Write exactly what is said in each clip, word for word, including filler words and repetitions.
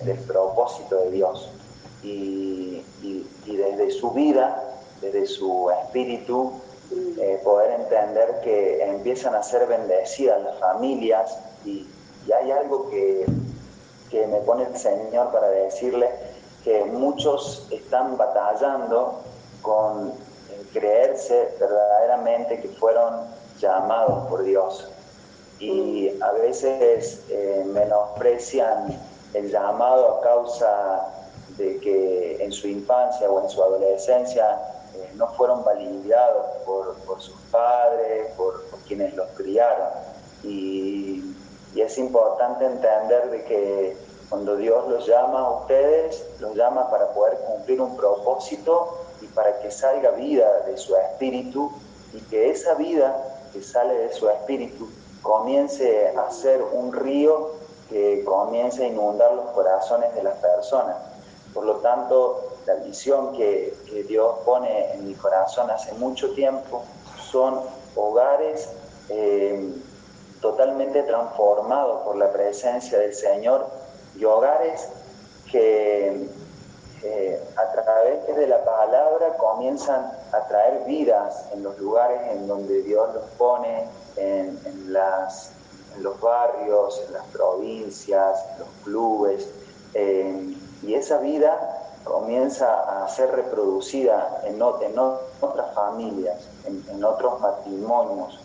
del propósito de Dios. Y, y, y desde su vida, desde su espíritu, eh, poder entender que empiezan a ser bendecidas las familias. Y, y hay algo que, que me pone el Señor para decirle que muchos están batallando con eh, creerse verdaderamente que fueron llamados por Dios. Y a veces eh, menosprecian el llamado a causa de que en su infancia o en su adolescencia eh, no fueron validados por, por sus padres, por, por quienes los criaron. Y, y es importante entender de que cuando Dios los llama a ustedes, los llama para poder cumplir un propósito y para que salga vida de su espíritu, y que esa vida que sale de su espíritu comience a ser un río que comience a inundar los corazones de las personas. Por lo tanto, la visión que, que Dios pone en mi corazón hace mucho tiempo son hogares eh, totalmente transformados por la presencia del Señor, y hogares que eh, a través de la palabra comienzan a traer vidas en los lugares en donde Dios los pone, en, en, las, en los barrios, en las provincias, en los clubes, eh, y esa vida comienza a ser reproducida en, en otras familias, en, en otros matrimonios.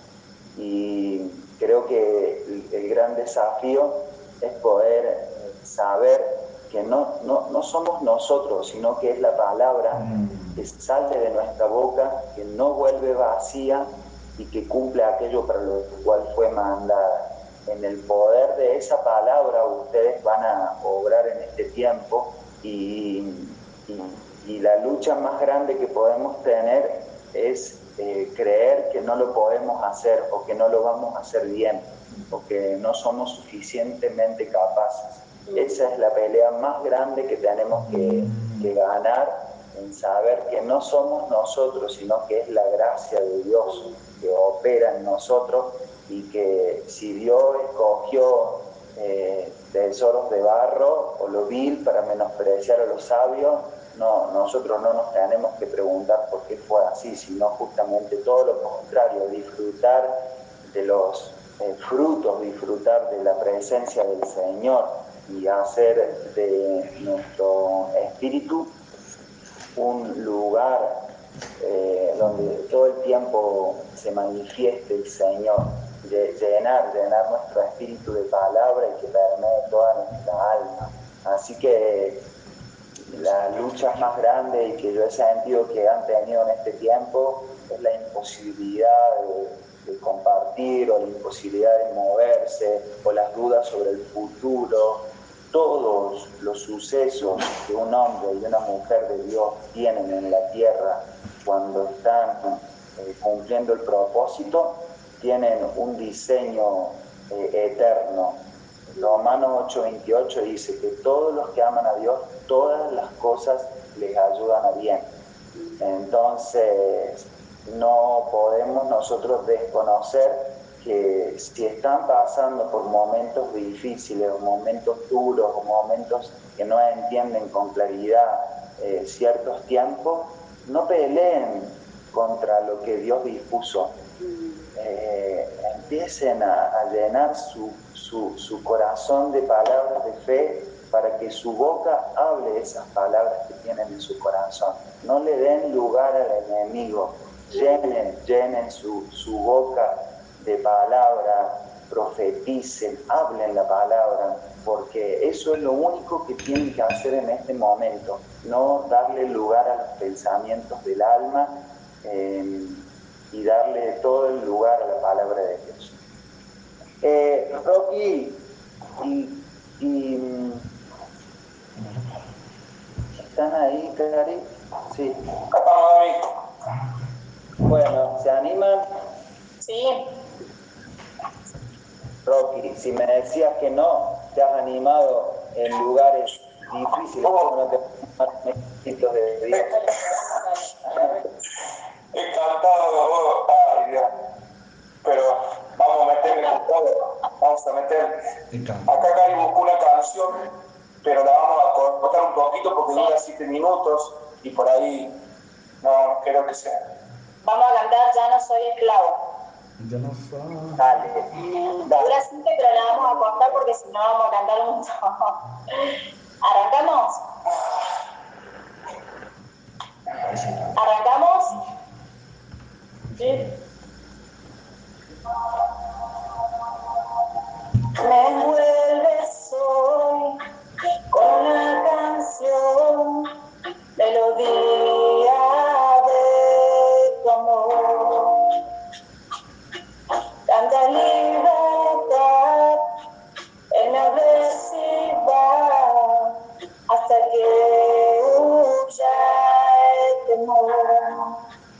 Y creo que el, el gran desafío es poder saber que no, no, no somos nosotros, sino que es la palabra que sale de nuestra boca, que no vuelve vacía y que cumple aquello para lo cual fue mandada. En el poder de esa palabra ustedes van a obrar en este tiempo, y, y, y la lucha más grande que podemos tener es eh, creer que no lo podemos hacer, o que no lo vamos a hacer bien, o que no somos suficientemente capaces. Esa es la pelea más grande que tenemos que, que ganar, en saber que no somos nosotros, sino que es la gracia de Dios que opera en nosotros, y que si Dios escogió eh, tesoros de barro o lo vil para menospreciar a los sabios, no, nosotros no nos tenemos que preguntar por qué fue así, sino justamente todo lo contrario, disfrutar de los eh, frutos, disfrutar de la presencia del Señor, y hacer de nuestro espíritu un lugar eh, donde todo el tiempo se manifieste el Señor, de llenar, llenar nuestro espíritu de palabra y que permee toda nuestra alma. Así que la lucha más grande y que yo he sentido que han tenido en este tiempo es la imposibilidad de, de compartir, o la imposibilidad de moverse, o las dudas sobre el futuro. Todos los sucesos que un hombre y una mujer de Dios tienen en la tierra cuando están eh, cumpliendo el propósito, tienen un diseño eh, eterno. Romanos ocho veintiocho dice que todos los que aman a Dios, todas las cosas les ayudan a bien. Entonces, no podemos nosotros desconocer que si están pasando por momentos difíciles, o momentos duros, o momentos que no entienden con claridad eh, ciertos tiempos, no peleen contra lo que Dios dispuso. Eh, empiecen a, a llenar su, su, su corazón de palabras de fe, para que su boca hable esas palabras que tienen en su corazón. No le den lugar al enemigo, llenen, llenen su, su boca de palabra, profeticen, hablen la palabra, porque eso es lo único que tienen que hacer en este momento, no darle lugar a los pensamientos del alma, eh, y darle todo el lugar a la palabra de Dios. Eh, Rocky, y, y ¿están ahí, Cari? Sí. Bueno, ¿se animan? Sí. Rocky, si me decías que no, te has animado en lugares difíciles, como no te necesitos de Dios. Encantado, ay Dios. Pero vamos a meterle con todo, vamos a meter. Acá Cari buscó una canción pero la vamos a cortar un poquito porque sí. Dura siete minutos y por ahí no creo que sea. Vamos a cantar Ya no soy esclavo. Ya no soy. Dale. Dura siete, pero la vamos a cortar porque si no vamos a cantar un montón. ¿Arrancamos? ¿Arrancamos? Sí. Me vuelves hoy con una canción, melodía de tu amor, tanta libertad en la adversidad hasta que huya el temor.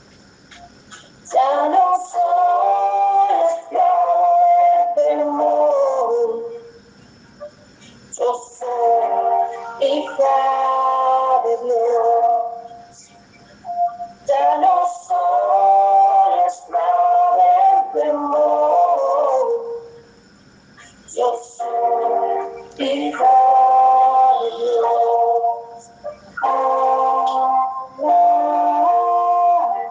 Ya no soy esclavo del temor, yo soy hija de Dios. Ya no soy esclavo del temor, yo soy hija de Dios. Oh, oh,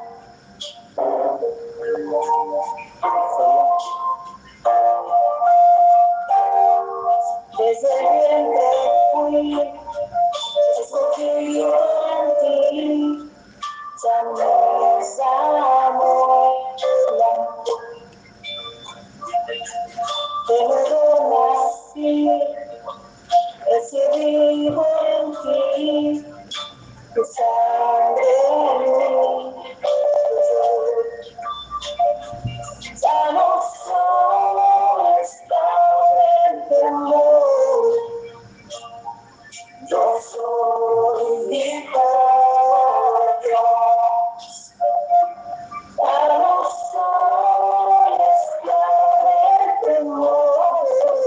desde el vientre fui escogido en ti, ya no es amor, de nuevo nací, recibido en ti, tu sangre en mí. Ya no soy esclavo del temor, yo soy hijo de Dios. Ya no soy esclavo del temor,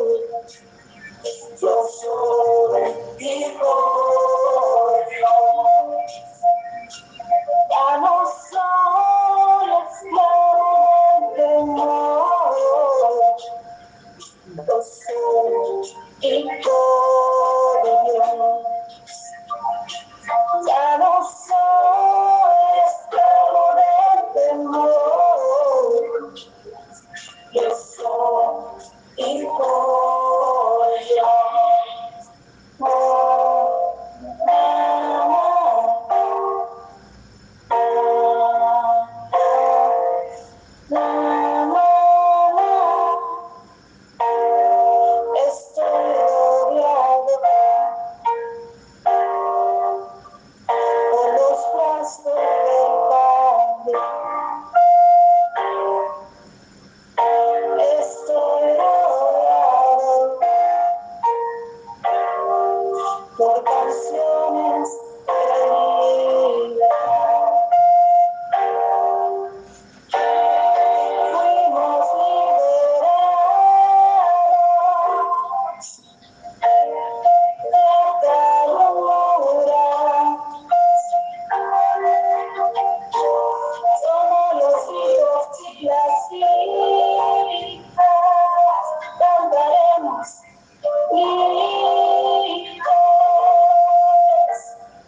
yo soy hijo de Dios. Ya no soy esclavo del temor, yo soy hijo de Dios. Ya no soy esclavo del temor, yo soy hijo de Dios. Oh, oh, oh. Estoy rodeado por los brazos del Padre. Estoy rodeado por canciones de vida. Fuimos liberados de atadura. Somos los hijos y las hijas, cantaremos hijos.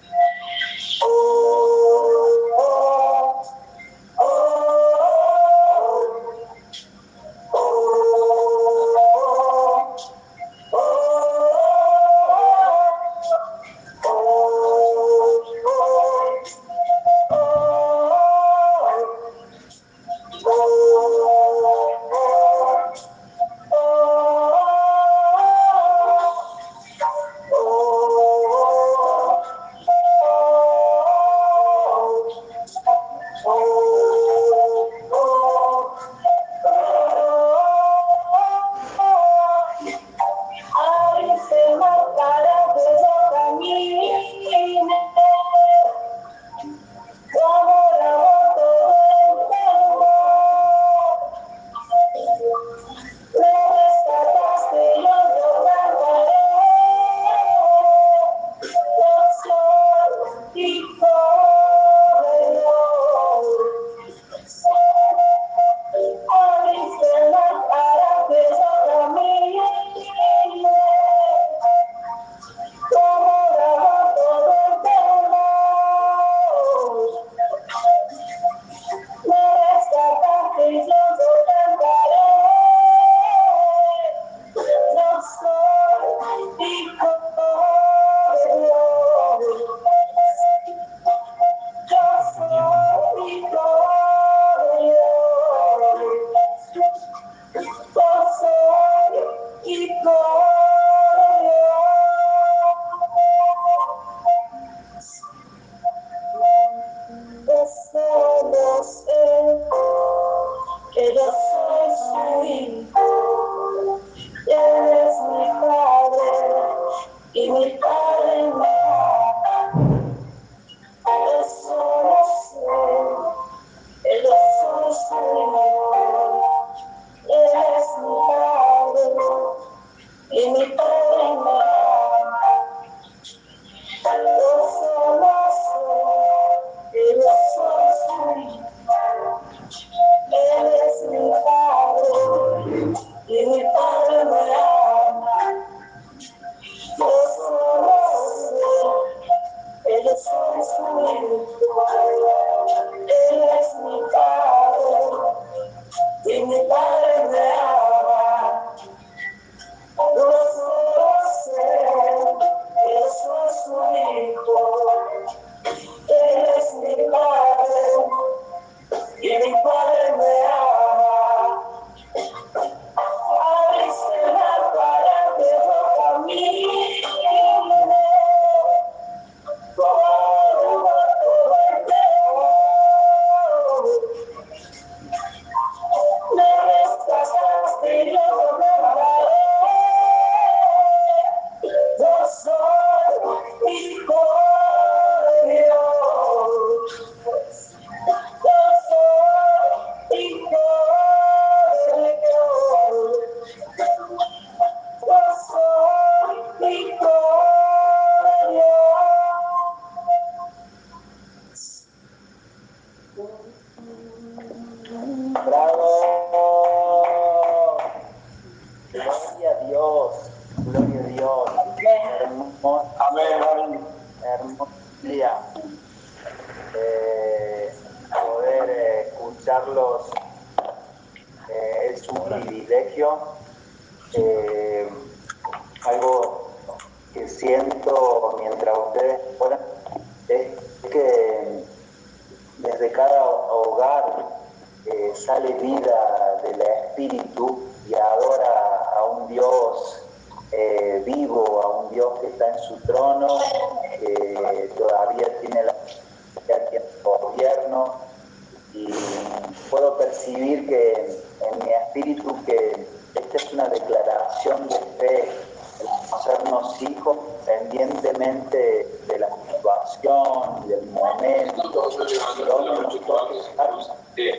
y mi Padre me ama. Eso lo sé, Él es el Señor, Él es mi Padre y mi Padre me ama. Yo solo sé, Él es el Señor, Él es mi Padre y mi Padre me ama. Yo solo sé, Él es el Señor, Él es mi Padre y mi Padre me ama. Yo solo sé, Jesús es su Hijo, Él es mi Padre y mi Padre me ama. Abriste la para que yo camine, todo, todo entero. Me rescataste y yo me paré. Yo soy hijo de Dios. Yo soy hijo de Dios. Yo soy hijo de Dios. ¡Bravo! Gloria a Dios, gloria a Dios. Hermoso, Amén. hermoso día. Eh, poder eh, escucharlos eh, es un privilegio. Eh, algo que siento mientras ustedes fueran es que desde cada hogar eh, sale vida del espíritu y adora a un Dios eh, vivo, a un Dios que está en su trono, que todavía tiene la tiene el gobierno, y puedo percibir que en mi espíritu que esta es una declaración de fe, el hacernos hijos independientemente de la situación y del momento, donde nosotros estamos.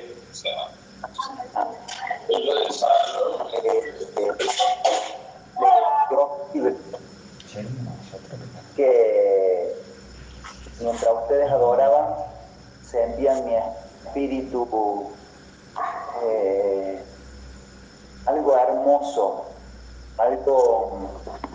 Que mientras ustedes adoraban, sentían mi espíritu eh, algo hermoso, algo,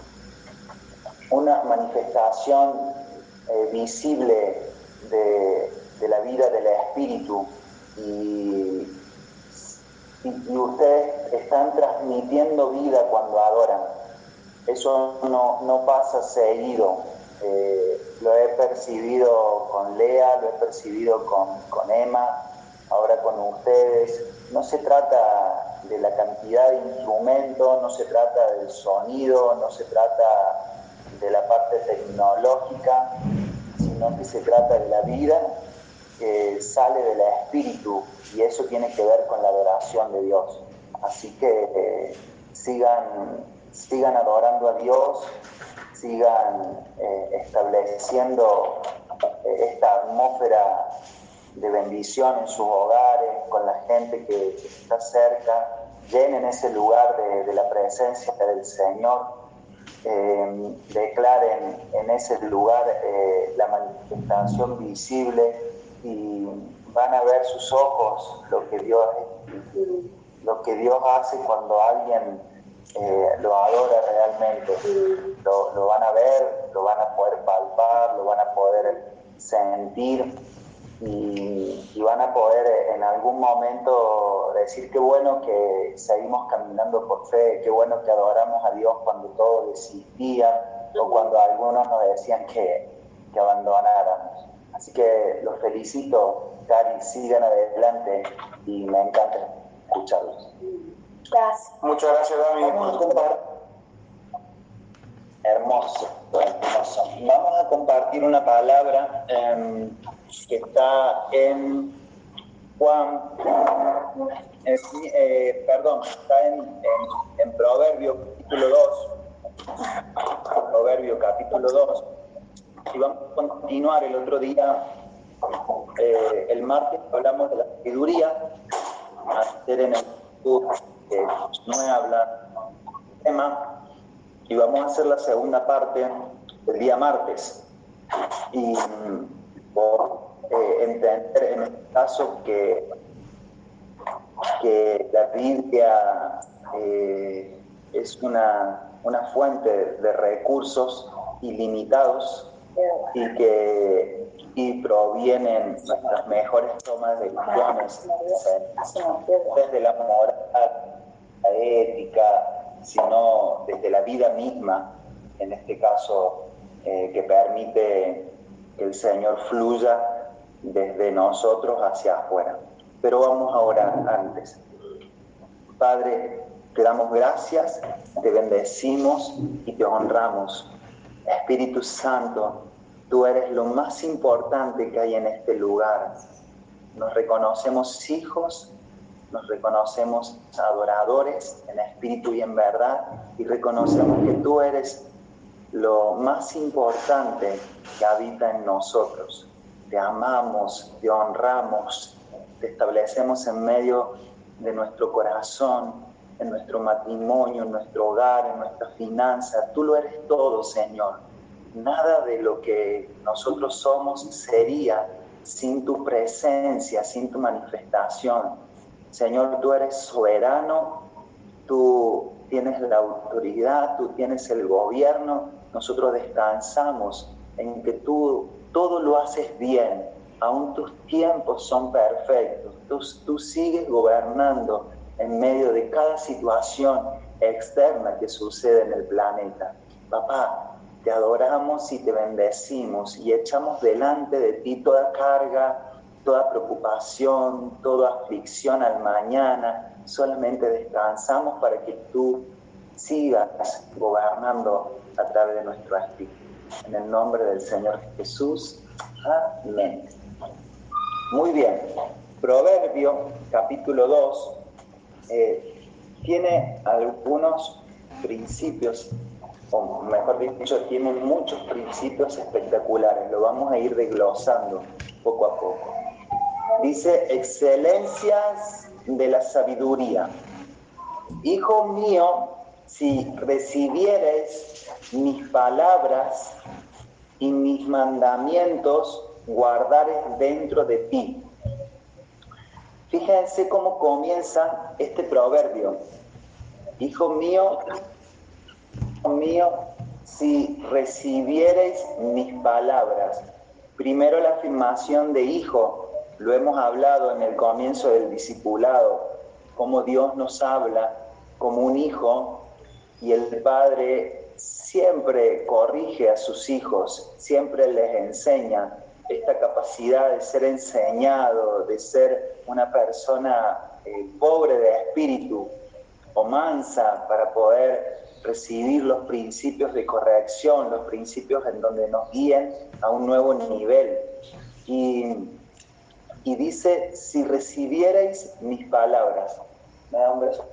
una manifestación eh, visible de, de la vida del espíritu, y, y, y ustedes están transmitiendo vida cuando adoran. Eso no, no pasa seguido. Eh, lo he percibido con Lea, lo he percibido con, con Emma, ahora con ustedes. No se trata de la cantidad de instrumentos, no se trata del sonido, no se trata de la parte tecnológica, sino que se trata de la vida que sale del espíritu, y eso tiene que ver con la adoración de Dios. Así que eh, sigan, sigan adorando a Dios, sigan eh, estableciendo eh, esta atmósfera de bendición en sus hogares, con la gente que, que está cerca, llenen ese lugar de, de la presencia del Señor. Eh, declaren en ese lugar eh, la manifestación visible, y van a ver sus ojos lo que Dios, lo que Dios hace cuando alguien eh, lo adora realmente. Lo, lo van a ver, lo van a poder palpar, lo van a poder sentir, y, y van a poder en algún momento decir qué bueno que seguimos caminando por fe, qué bueno que adoramos a Dios cuando todos desistían o cuando algunos nos decían que, que abandonáramos. Así que los felicito, Cari, sigan adelante y me encanta escucharlos. Gracias. Muchas gracias, Dami. Vamos a compartir. Hermoso, hermoso. Vamos a compartir una palabra eh, que está en Juan, eh, eh, perdón, está en, en, en Proverbio capítulo dos, Proverbio capítulo dos, y vamos a continuar. El otro día, eh, el martes, hablamos de la sabiduría. Ayer en el YouTube eh, no he hablado del tema, y vamos a hacer la segunda parte el día martes. Y por eh, entender en este caso que, que la Biblia eh, es una, una fuente de recursos ilimitados y que y provienen nuestras mejores tomas de decisiones desde la moral, la ética, sino desde la vida misma, en este caso, eh, que permite que el Señor fluya desde nosotros hacia afuera. Pero vamos a orar antes. Padre, te damos gracias, te bendecimos y te honramos. Espíritu Santo, tú eres lo más importante que hay en este lugar. Nos reconocemos hijos, nos reconocemos adoradores en espíritu y en verdad, y reconocemos que tú eres lo más importante que habita en nosotros. Te amamos, te honramos, te establecemos en medio de nuestro corazón, en nuestro matrimonio, en nuestro hogar, en nuestra finanza. Tú lo eres todo, Señor. Nada de lo que nosotros somos sería sin tu presencia, sin tu manifestación. Señor, tú eres soberano, tú tienes la autoridad, tú tienes el gobierno. Nosotros descansamos en que tú todo lo haces bien, aún tus tiempos son perfectos. Tú, tú sigues gobernando en medio de cada situación externa que sucede en el planeta. Papá, te adoramos y te bendecimos y echamos delante de ti toda carga, toda preocupación, toda aflicción al mañana. Solamente descansamos para que tú sigas gobernando a través de nuestro espíritu. En el nombre del Señor Jesús. Amén. Muy bien. Proverbio, capítulo dos, eh, tiene algunos principios, o mejor dicho, tiene muchos principios espectaculares. Lo vamos a ir desglosando poco a poco. Dice, excelencias de la sabiduría. Hijo mío, si recibieres mis palabras y mis mandamientos, guardares dentro de ti. Fíjense cómo comienza este proverbio. Hijo mío, hijo mío, si recibiereis mis palabras. Primero la afirmación de hijo, lo hemos hablado en el comienzo del discipulado, cómo Dios nos habla como un hijo, y el Padre siempre corrige a sus hijos, siempre les enseña esta capacidad de ser enseñado, de ser una persona eh, pobre de espíritu o mansa para poder recibir los principios de corrección, los principios en donde nos guíen a un nuevo nivel. Y, y dice, si recibierais mis palabras, ¿me da un beso?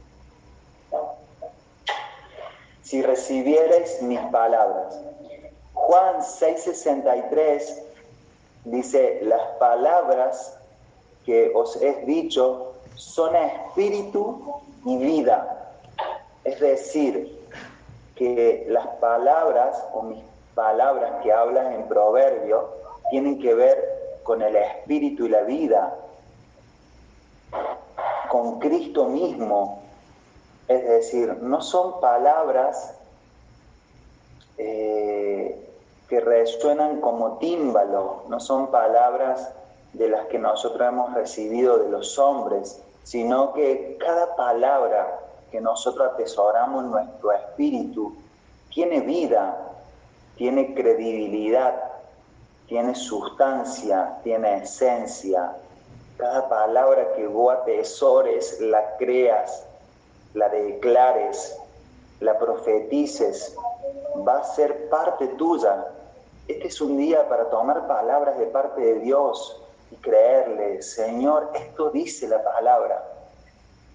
Si recibierais mis palabras. Juan seis sesenta y tres dice, las palabras que os he dicho son espíritu y vida. Es decir, que las palabras o mis palabras que hablas en proverbio tienen que ver con el espíritu y la vida, con Cristo mismo. Es decir, no son palabras eh, que resuenan como tímbalo, no son palabras de las que nosotros hemos recibido de los hombres, sino que cada palabra que nosotros atesoramos en nuestro espíritu tiene vida, tiene credibilidad, tiene sustancia, tiene esencia. Cada palabra que vos atesores, la creas, la declares, la profetices, va a ser parte tuya. Este es un día para tomar palabras de parte de Dios y creerle, Señor, esto dice la palabra.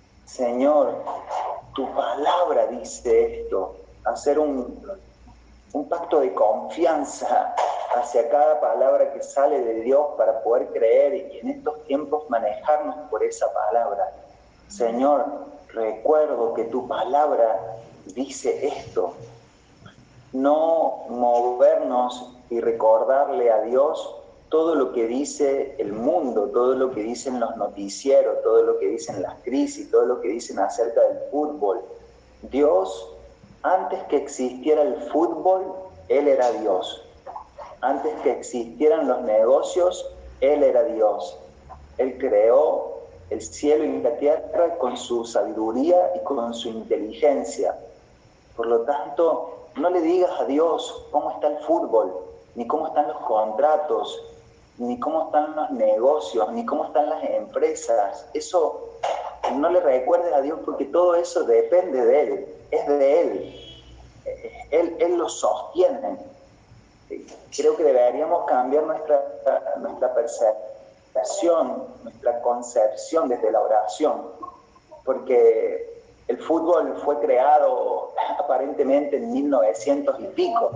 Señor, tu palabra dice esto. Hacer un, un pacto de confianza hacia cada palabra que sale de Dios para poder creer y en estos tiempos manejarnos por esa palabra. Señor, recuerdo que tu palabra dice esto. No movernos y recordarle a Dios todo lo que dice el mundo, todo lo que dicen los noticieros, todo lo que dicen las crisis, todo lo que dicen acerca del fútbol. Dios, antes que existiera el fútbol, Él era Dios. Antes que existieran los negocios, Él era Dios. Él creó el cielo y la tierra con su sabiduría y con su inteligencia. Por lo tanto, no le digas a Dios cómo está el fútbol, ni cómo están los contratos, ni cómo están los negocios, ni cómo están las empresas. Eso no le recuerdes a Dios porque todo eso depende de Él, es de Él. Él, Él lo sostiene. Creo que deberíamos cambiar nuestra, nuestra percepción, nuestra concepción desde la oración, porque el fútbol fue creado aparentemente en mil novecientos y pico.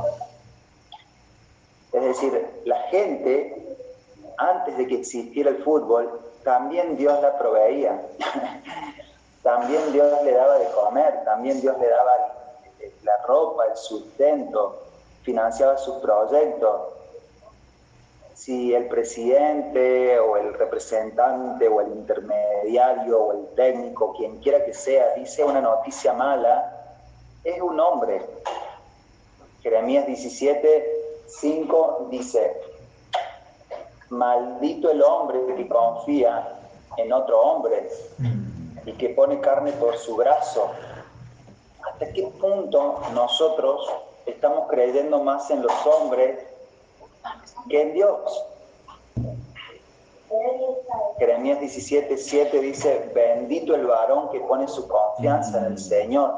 Es decir, la gente, antes de que existiera el fútbol, también Dios la proveía. También Dios le daba de comer, también Dios le daba la ropa, el sustento, financiaba sus proyectos. Si el presidente o el representante o el intermediario o el técnico, quien quiera que sea, dice una noticia mala, es un hombre. Jeremías diecisiete, cinco dice: maldito el hombre que confía en otro hombre y que pone carne por su brazo. ¿Hasta qué punto nosotros estamos creyendo más en los hombres que en Dios? Jeremías diecisiete, siete dice: bendito el varón que pone su confianza en el Señor.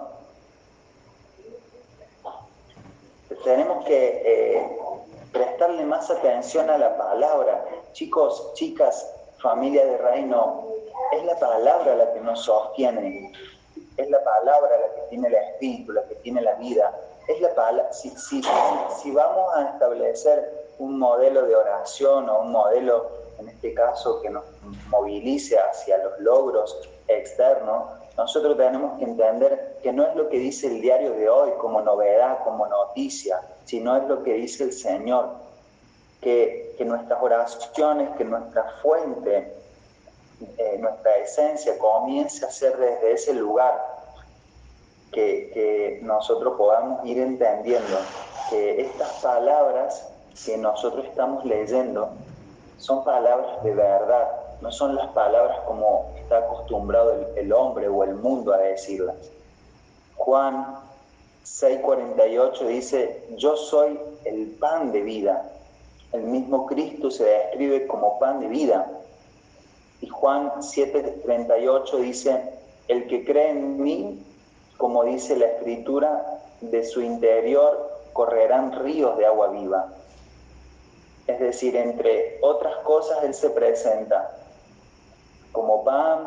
Tenemos que eh, prestarle más atención a la palabra. Chicos, chicas, familia de reino, es la palabra la que nos sostiene. Es la palabra la que tiene el espíritu, la que tiene la vida. Es la palabra. Si, si, si vamos a establecer un modelo de oración o un modelo, en este caso, que nos movilice hacia los logros externos, nosotros tenemos que entender que no es lo que dice el diario de hoy como novedad, como noticia, sino es lo que dice el Señor. Que, que nuestras oraciones, que nuestra fuente, eh, nuestra esencia comience a ser desde ese lugar. Que, que nosotros podamos ir entendiendo que estas palabras que nosotros estamos leyendo son palabras de verdad, no son las palabras como está acostumbrado el, el hombre o el mundo a decirlas. Juan seis cuarenta y ocho dice: yo soy el pan de vida. El mismo Cristo se describe como pan de vida. Y Juan siete treinta y ocho dice: el que cree en mí, como dice la Escritura, de su interior correrán ríos de agua viva. Es decir, entre otras cosas, Él se presenta como pan,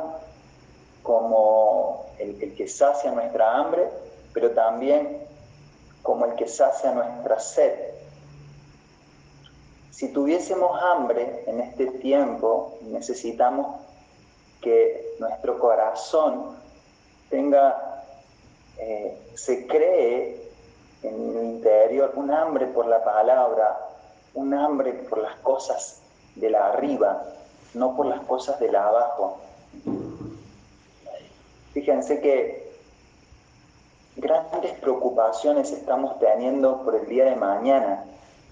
como el, el que sacia nuestra hambre, pero también como el que sacia nuestra sed. Si tuviésemos hambre en este tiempo, necesitamos que nuestro corazón tenga, eh, se cree en el interior un hambre por la palabra, un hambre por las cosas de la arriba, no por las cosas de la abajo. Fíjense que grandes preocupaciones estamos teniendo por el día de mañana,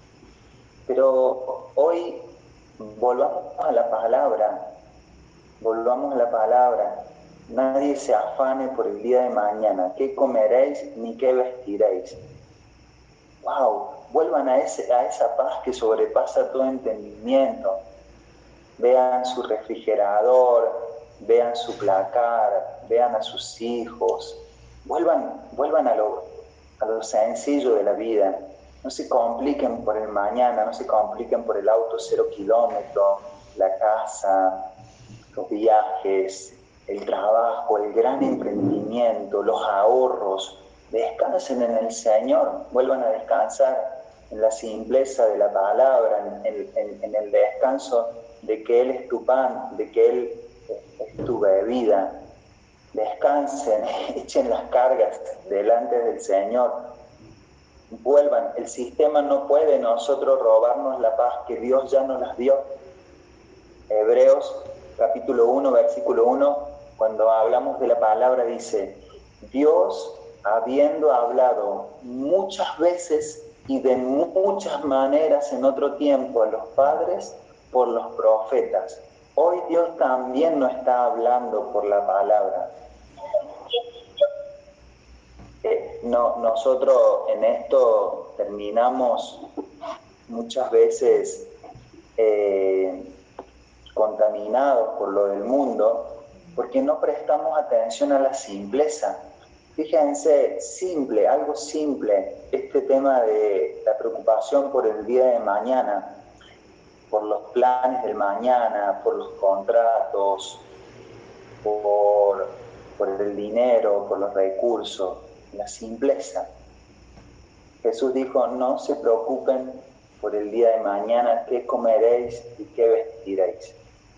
pero hoy volvamos a la palabra, volvamos a la palabra. Nadie se afane por el día de mañana, qué comeréis ni qué vestiréis. ¡Wow! Vuelvan a, ese, a esa paz que sobrepasa todo entendimiento. Vean su refrigerador, vean su placar, vean a sus hijos. Vuelvan, vuelvan a, lo, a lo sencillo de la vida. No se compliquen por el mañana, no se compliquen por el auto cero kilómetros, la casa, los viajes, el trabajo, el gran emprendimiento, los ahorros. Descansen en el Señor, vuelvan a descansar en la simpleza de la palabra, en, en, en el descanso de que Él es tu pan, de que Él es tu bebida. Descansen, echen las cargas delante del Señor, vuelvan. El sistema no puede nosotros robarnos la paz que Dios ya nos las dio. Hebreos capítulo uno, versículo uno, cuando hablamos de la palabra dice: Dios, habiendo hablado muchas veces y de muchas maneras en otro tiempo a los padres por los profetas, hoy Dios también nos está hablando por la palabra. Eh, no, nosotros en esto terminamos muchas veces eh, contaminados por lo del mundo, porque no prestamos atención a la simpleza. Fíjense, simple, algo simple, este tema de la preocupación por el día de mañana, por los planes del mañana, por los contratos, por, por el dinero, por los recursos, la simpleza. Jesús dijo: no se preocupen por el día de mañana, qué comeréis y qué vestiréis.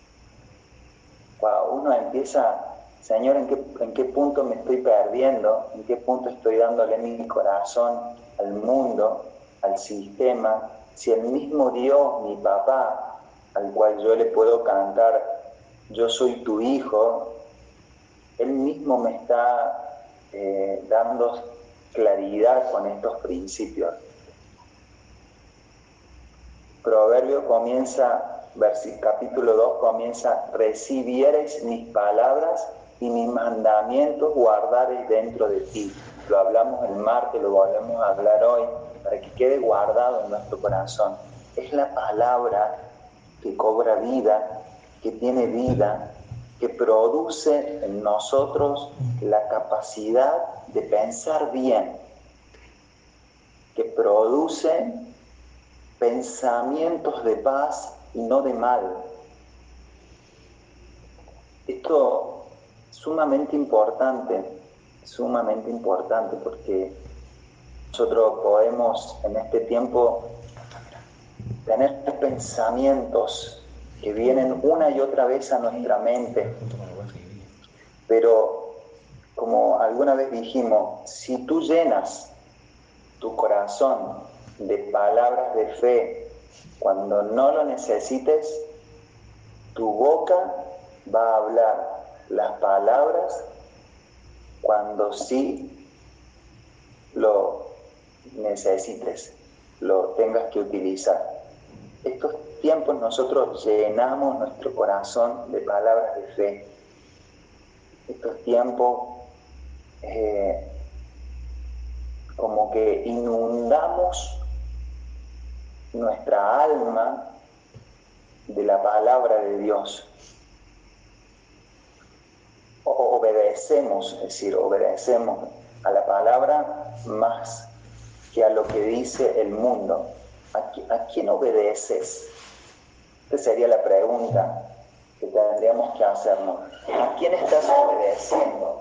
Wow, uno empieza, Señor, ¿en qué, ¿en qué punto me estoy perdiendo? ¿En qué punto estoy dándole mi corazón al mundo, al sistema? Si el mismo Dios, mi papá, al cual yo le puedo cantar, yo soy tu hijo, Él mismo me está eh, dando claridad con estos principios. Proverbio comienza, versículo, capítulo dos comienza: recibiereis mis palabras y mis mandamientos guardareis dentro de ti. Lo hablamos el martes, lo volvemos a hablar hoy, para que quede guardado en nuestro corazón. Es la palabra que cobra vida, que tiene vida, que produce en nosotros la capacidad de pensar bien, que produce pensamientos de paz y no de mal. Esto es sumamente importante, sumamente importante, porque nosotros podemos en este tiempo tener pensamientos que vienen una y otra vez a nuestra mente, pero como alguna vez dijimos, si tú llenas tu corazón de palabras de fe cuando no lo necesites, tu boca va a hablar las palabras cuando sí lo necesites, lo tengas que utilizar. Estos tiempos nosotros llenamos nuestro corazón de palabras de fe. Estos tiempos eh, como que inundamos nuestra alma de la palabra de Dios. O obedecemos, es decir, obedecemos a la palabra más que a lo que dice el mundo. ¿A, a quién obedeces? Esta sería la pregunta que tendríamos que hacernos. ¿A quién estás obedeciendo?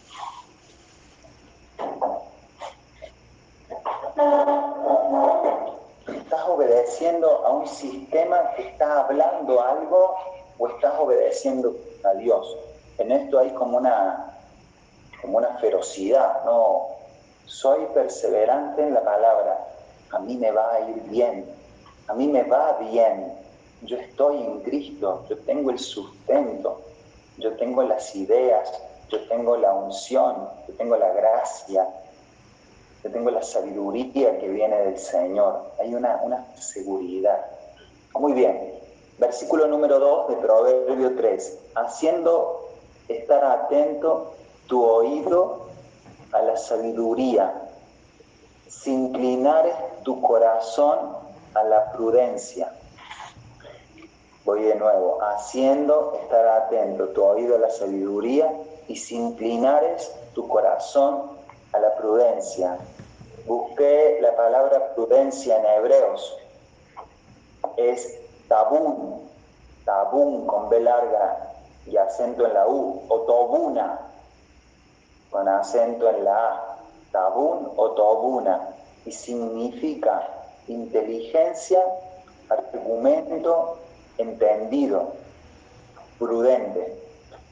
¿Estás obedeciendo a un sistema que está hablando algo o estás obedeciendo a Dios? En esto hay como una, como una ferocidad, ¿no? Soy perseverante en la palabra, a mí me va a ir bien, a mí me va bien, yo estoy en Cristo, yo tengo el sustento, yo tengo las ideas, yo tengo la unción, yo tengo la gracia, yo tengo la sabiduría que viene del Señor. Hay una, una seguridad. Muy bien. Versículo número dos de Proverbio tres. Haciendo estar atento tu oído a la sabiduría, si inclinares tu corazón a la prudencia. Voy de nuevo. Haciendo estar atento tu oído a la sabiduría y si inclinares tu corazón a la prudencia. Busqué la palabra prudencia en Hebreos. Es tabún, tabún con B larga y acento en la U, o tobuna con acento en la A. tabún o tobuna, y significa inteligencia, argumento, entendido, prudente.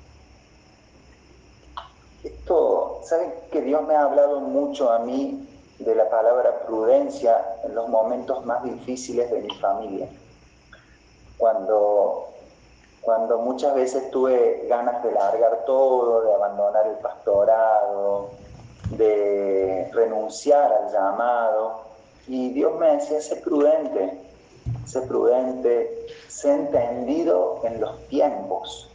Esto, ¿saben que Dios me ha hablado mucho a mí de la palabra prudencia en los momentos más difíciles de mi familia? Cuando, cuando muchas veces tuve ganas de largar todo, de abandonar el pastorado, de renunciar al llamado, y Dios me decía, sé prudente, sé prudente, sé entendido en los tiempos,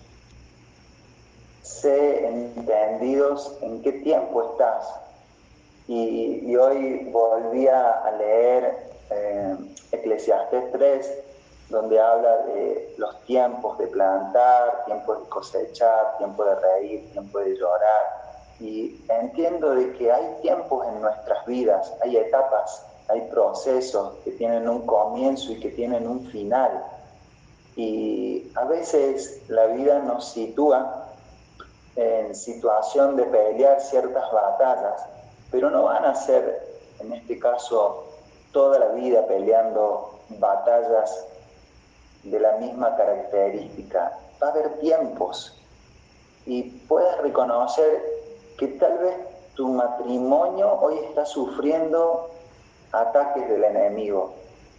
sé entendidos en qué tiempo estás. Y, y hoy volví a leer eh, Eclesiastés tres, donde habla de los tiempos de plantar, tiempos de cosechar, tiempo de reír, tiempo de llorar. Y entiendo de que hay tiempos en nuestras vidas, hay etapas, hay procesos que tienen un comienzo y que tienen un final. Y a veces la vida nos sitúa en situación de pelear ciertas batallas, pero no van a ser, en este caso, toda la vida peleando batallas de la misma característica. Va a haber tiempos y puedes reconocer que tal vez tu matrimonio hoy está sufriendo ataques del enemigo,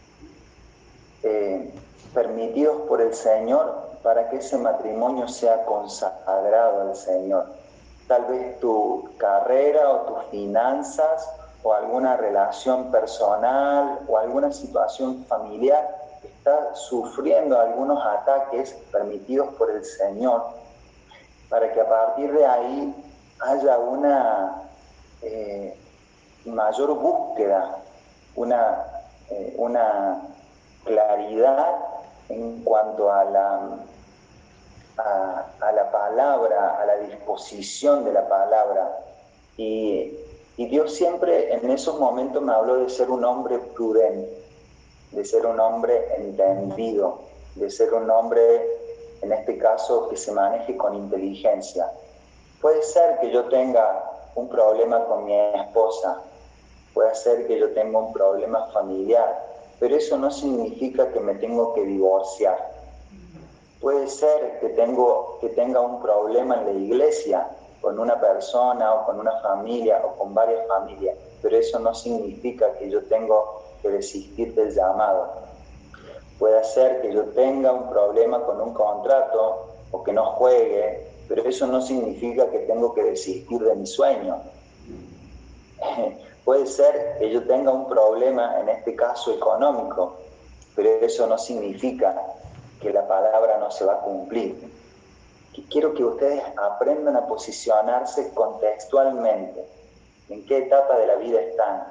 eh, permitidos por el Señor para que ese matrimonio sea consagrado al Señor. Tal vez tu carrera o tus finanzas o alguna relación personal o alguna situación familiar está sufriendo algunos ataques permitidos por el Señor, para que a partir de ahí haya una eh, mayor búsqueda, una, eh, una claridad en cuanto a la, a, a la palabra, a la disposición de la palabra. Y, y Dios siempre en esos momentos me habló de ser un hombre prudente, de ser un hombre entendido, de ser un hombre, en este caso, que se maneje con inteligencia. Puede ser que yo tenga un problema con mi esposa, puede ser que yo tenga un problema familiar, pero eso no significa que me tengo que divorciar. Puede ser que, tengo, que tenga un problema en la iglesia, con una persona o con una familia o con varias familias, pero eso no significa que yo tengo que desistir del llamado. Puede ser que yo tenga un problema con un contrato o que no juegue, pero eso no significa que tengo que desistir de mi sueño. Puede ser que yo tenga un problema, en este caso económico, pero eso no significa que la palabra no se va a cumplir. Quiero que ustedes aprendan a posicionarse contextualmente. ¿En qué etapa de la vida están?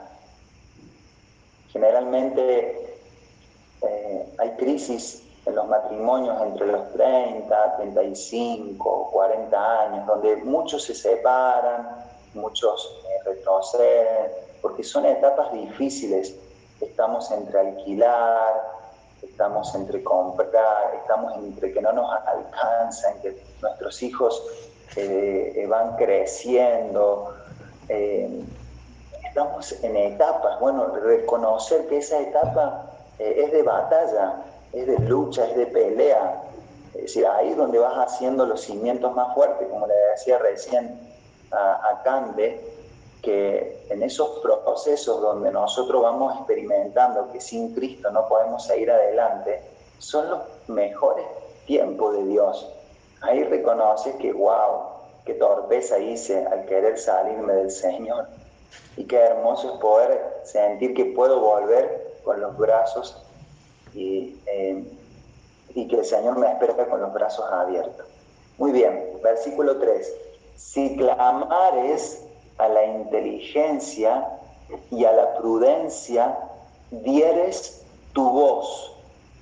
Generalmente eh, hay crisis en los matrimonios entre los treinta, treinta y cinco, cuarenta años, donde muchos se separan, muchos eh, retroceden, porque son etapas difíciles. Estamos entre alquilar, estamos entre comprar, estamos entre que no nos alcanzan, que nuestros hijos eh, van creciendo. Eh, estamos en etapas. Bueno, reconocer que esa etapa eh, es de batalla, es de lucha, es de pelea. Es decir, ahí es donde vas haciendo los cimientos más fuertes, como le decía recién a, a Cande, que en esos procesos donde nosotros vamos experimentando que sin Cristo no podemos seguir adelante, son los mejores tiempos de Dios. Ahí reconoces que, wow, qué torpeza hice al querer salirme del Señor. Y qué hermoso es poder sentir que puedo volver con los brazos y, eh, y que el Señor me espera con los brazos abiertos. Muy bien, versículo tres. Si clamares a la inteligencia y a la prudencia, dieres tu voz.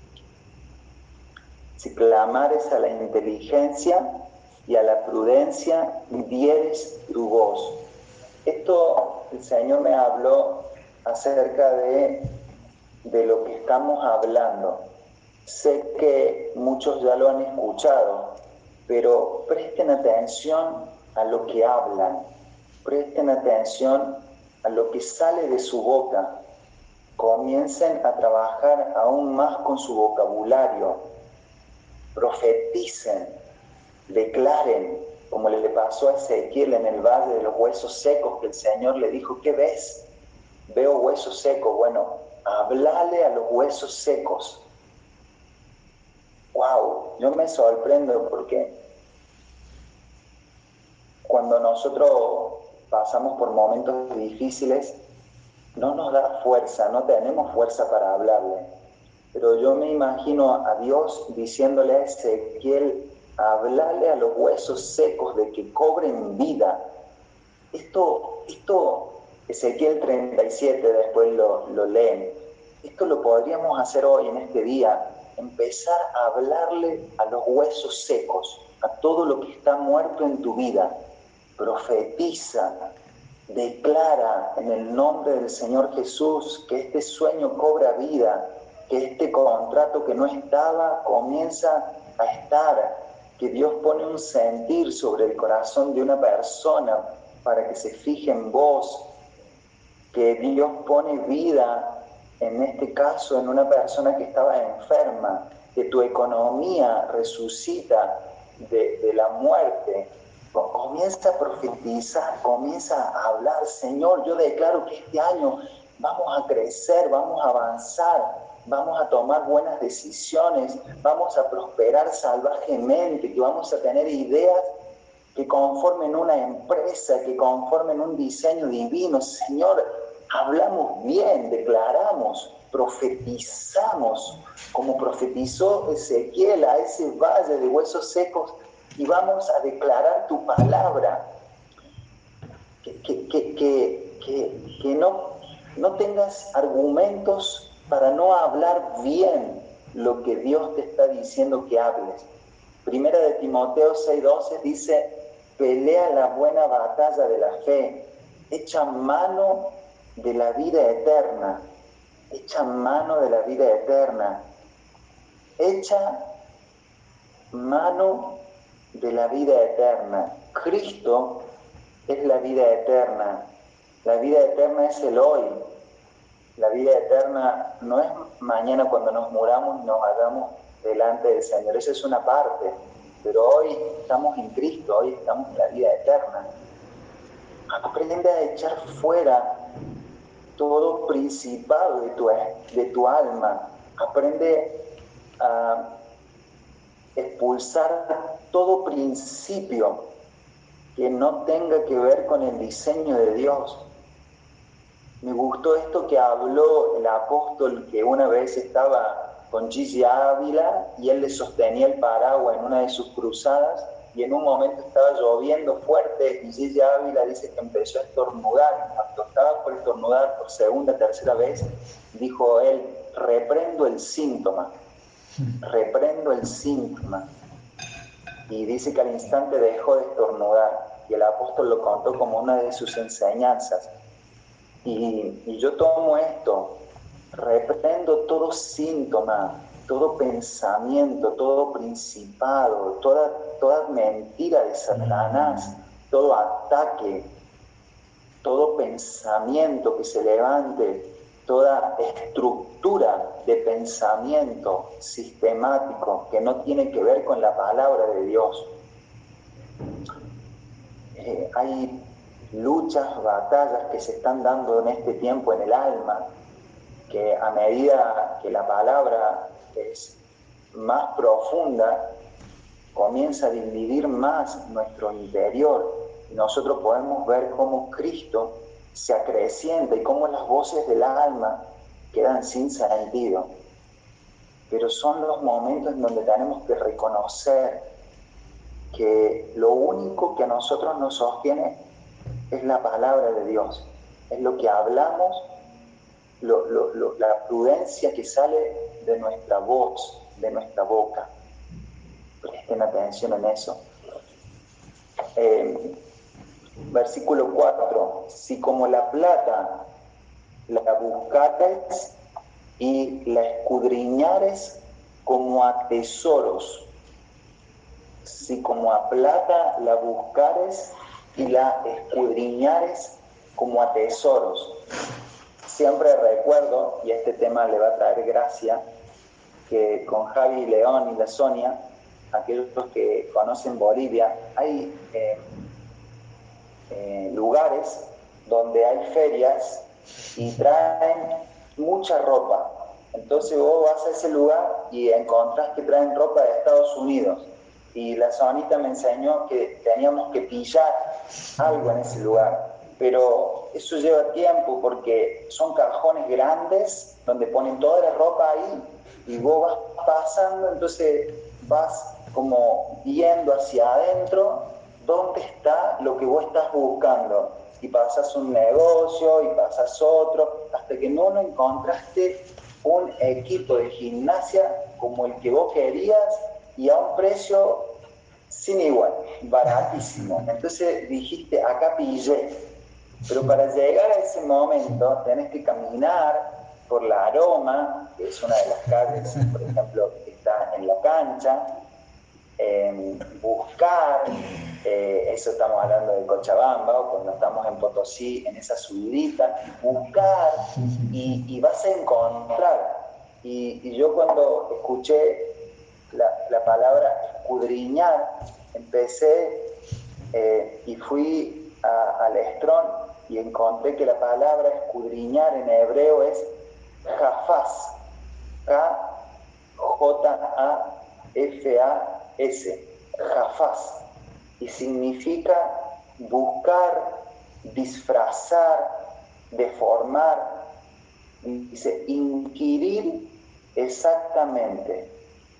Si clamares a la inteligencia y a la prudencia, dieres tu voz. Esto el Señor me habló acerca de, de lo que estamos hablando. Sé que muchos ya lo han escuchado, pero presten atención a lo que hablan, presten atención a lo que sale de su boca, comiencen a trabajar aún más con su vocabulario, profeticen, declaren, como le pasó a Ezequiel en el valle de los huesos secos, que el Señor le dijo, ¿qué ves? Veo huesos secos. Bueno, hablale a los huesos secos. Wow, yo me sorprendo porque cuando nosotros pasamos por momentos difíciles, no nos da fuerza, no tenemos fuerza para hablarle. Pero yo me imagino a Dios diciéndole a Ezequiel, hablale a los huesos secos de que cobren vida. Esto, esto Ezequiel treinta y siete, después lo, lo leen. Esto lo podríamos hacer hoy, en este día, empezar a hablarle a los huesos secos, a todo lo que está muerto en tu vida. Profetiza, declara en el nombre del Señor Jesús que este sueño cobra vida, que este contrato que no estaba comienza a estar, que Dios pone un sentir sobre el corazón de una persona para que se fije en vos, que Dios pone vida, en este caso, en una persona que estaba enferma, que tu economía resucita de, de la muerte. Comienza a profetizar, comienza a hablar, Señor, yo declaro que este año vamos a crecer, vamos a avanzar, vamos a tomar buenas decisiones, vamos a prosperar salvajemente, que vamos a tener ideas que conformen una empresa, que conformen un diseño divino. Señor, hablamos bien, declaramos, profetizamos, como profetizó Ezequiel a ese valle de huesos secos, y vamos a declarar tu palabra, que, que, que, que, que, que no, no tengas argumentos para no hablar bien lo que Dios te está diciendo que hables. Primera de Timoteo seis doce dice, pelea la buena batalla de la fe, echa mano de la vida eterna, echa mano de la vida eterna, echa mano de la vida eterna. Cristo es la vida eterna. La vida eterna es el hoy. La vida eterna no es mañana cuando nos muramos y nos hagamos delante del Señor. Esa es una parte. Pero hoy estamos en Cristo, hoy estamos en la vida eterna. Aprende a echar fuera todo principado de tu, de tu alma. Aprende a expulsar todo principio que no tenga que ver con el diseño de Dios. Me gustó esto que habló el apóstol, que una vez estaba con Gigi Ávila y él le sostenía el paraguas en una de sus cruzadas, y en un momento estaba lloviendo fuerte y Gigi Ávila dice que empezó a estornudar. Cuando estaba por estornudar por segunda, tercera vez, dijo él, reprendo el síntoma, reprendo el síntoma. Y dice que al instante dejó de estornudar, y el apóstol lo contó como una de sus enseñanzas. Y, y yo tomo esto, reprendo todo síntoma, todo pensamiento, todo principado, toda, toda mentira de Satanás, todo ataque, todo pensamiento que se levante, toda estructura de pensamiento sistemático que no tiene que ver con la palabra de Dios. Eh, hay luchas, batallas que se están dando en este tiempo en el alma, que a medida que la palabra es más profunda, comienza a dividir más nuestro interior, y nosotros podemos ver cómo Cristo se acrecienta y cómo las voces del alma quedan sin sentido. Pero son los momentos en donde tenemos que reconocer que lo único que a nosotros nos sostiene es la palabra de Dios, es lo que hablamos, lo, lo, lo, la prudencia que sale de nuestra voz, de nuestra boca. Presten atención en eso. Eh, versículo cuatro, si como la plata la buscares y la escudriñares como a tesoros, si como a plata la buscares y la escudriñares como a tesoros. Siempre recuerdo, y este tema le va a traer gracia, que con Javi León y la Sonia, aquellos que conocen Bolivia, hay eh, eh, lugares donde hay ferias y traen mucha ropa. Entonces vos vas a ese lugar y encontrás que traen ropa de Estados Unidos. Y la Sonita me enseñó que teníamos que pillar algo en ese lugar. Pero eso lleva tiempo porque son cajones grandes donde ponen toda la ropa ahí y vos vas pasando, entonces vas como viendo hacia adentro dónde está lo que vos estás buscando. Y pasas un negocio y pasas otro, hasta que no lo encontraste un equipo de gimnasia como el que vos querías y a un precio sin igual, baratísimo. Entonces dijiste, acá pillé. Pero para llegar a ese momento tenés que caminar por la Aroma, que es una de las calles, por ejemplo, que está en la cancha, eh, buscar, eh, eso estamos hablando de Cochabamba, o cuando estamos en Potosí, en esa subidita, buscar y, y vas a encontrar. Y, y yo cuando escuché la, la palabra escudriñar, empecé eh, y fui a, al Estrón y encontré que la palabra escudriñar en hebreo es jafaz, K J A F A S, jafaz, y significa buscar, disfrazar, deformar, dice inquirir exactamente,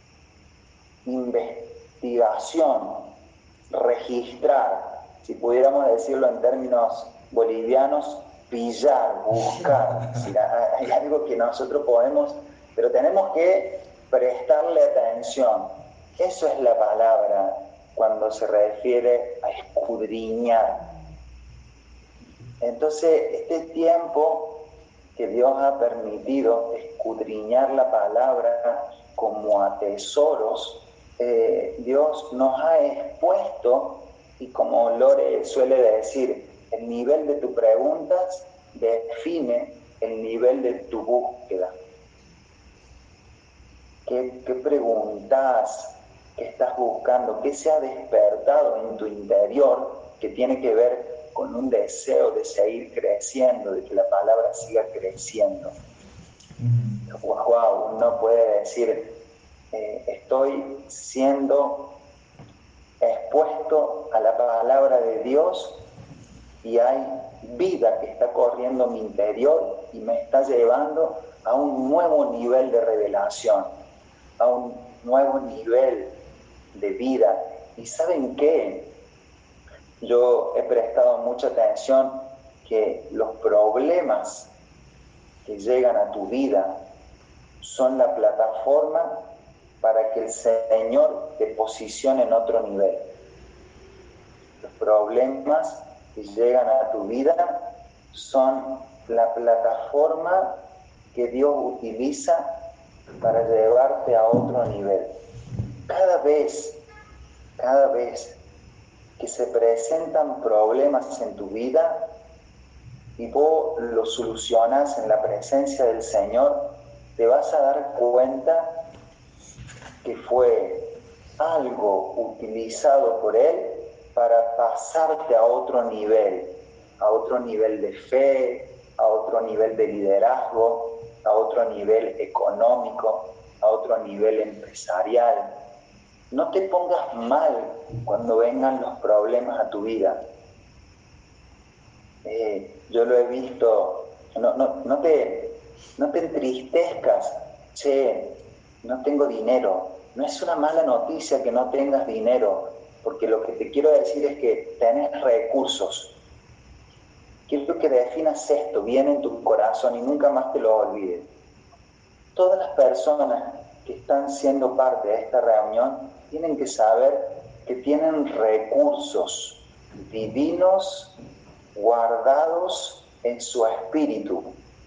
investigación, registrar, si pudiéramos decirlo en términos bolivianos, pillar, buscar. Si hay algo que nosotros podemos, pero tenemos que prestarle atención. Eso es la palabra cuando se refiere a escudriñar. Entonces, este tiempo que Dios ha permitido escudriñar la palabra como a tesoros, eh, Dios nos ha expuesto, y como Lore suele decir, el nivel de tus preguntas define el nivel de tu búsqueda. ¿Qué, qué preguntas? ¿Qué estás buscando? ¿Qué se ha despertado en tu interior que tiene que ver con un deseo de seguir creciendo, de que la palabra siga creciendo? Wow, uno puede decir, eh, estoy siendo expuesto a la palabra de Dios y hay vida que está corriendo en mi interior y me está llevando a un nuevo nivel de revelación, a un nuevo nivel de vida. ¿Y saben qué? Yo he prestado mucha atención que los problemas que llegan a tu vida son la plataforma para que el Señor te posicione en otro nivel. Los problemas que llegan a tu vida son la plataforma que Dios utiliza para llevarte a otro nivel. Cada vez, cada vez que se presentan problemas en tu vida y vos los solucionas en la presencia del Señor, te vas a dar cuenta que fue algo utilizado por Él para pasarte a otro nivel, a otro nivel de fe, a otro nivel de liderazgo, a otro nivel económico, a otro nivel empresarial. No te pongas mal cuando vengan los problemas a tu vida. Eh, yo lo he visto, no, no, no, te, no te entristezcas, che, no tengo dinero. No es una mala noticia que no tengas dinero, porque lo que te quiero decir es que tenés recursos. Quiero que definas esto bien en tu corazón y nunca más te lo olvides. Todas las personas que están siendo parte de esta reunión tienen que saber que tienen recursos divinos guardados en su espíritu,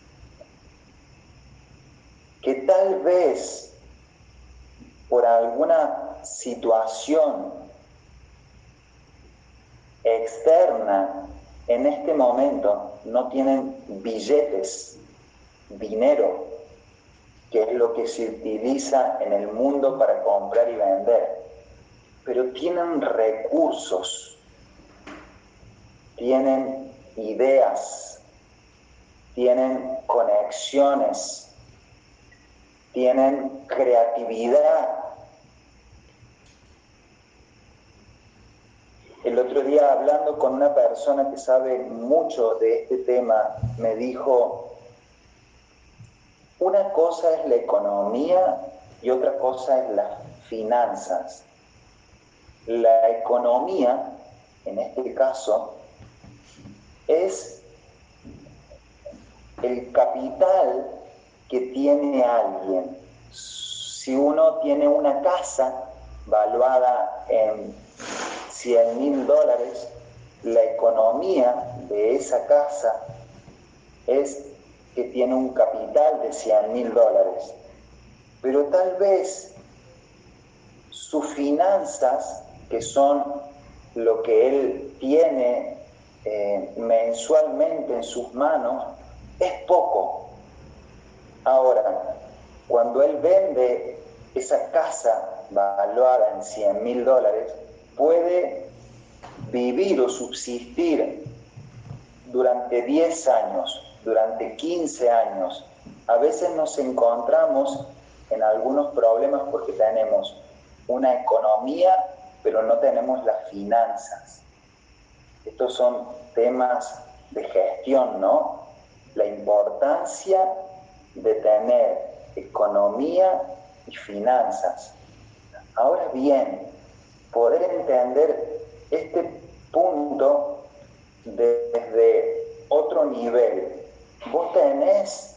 que tal vez por alguna situación externa en este momento no tienen billetes, dinero, que es lo que se utiliza en el mundo para comprar y vender, pero tienen recursos, tienen ideas, tienen conexiones, tienen creatividad. El otro día, hablando con una persona que sabe mucho de este tema, me dijo, una cosa es la economía y otra cosa es las finanzas. La economía, en este caso, es el capital que tiene alguien. Si uno tiene una casa valuada en cien mil dólares, la economía de esa casa es que tiene un capital de cien mil dólares. Pero tal vez sus finanzas, que son lo que él tiene eh, mensualmente en sus manos, es poco. Ahora, cuando él vende esa casa valuada en cien mil dólares, puede vivir o subsistir durante diez años, durante quince años. A veces nos encontramos en algunos problemas porque tenemos una economía, pero no tenemos las finanzas. Estos son temas de gestión, ¿no? La importancia de tener economía y finanzas. Ahora bien, poder entender este punto desde otro nivel. Vos tenés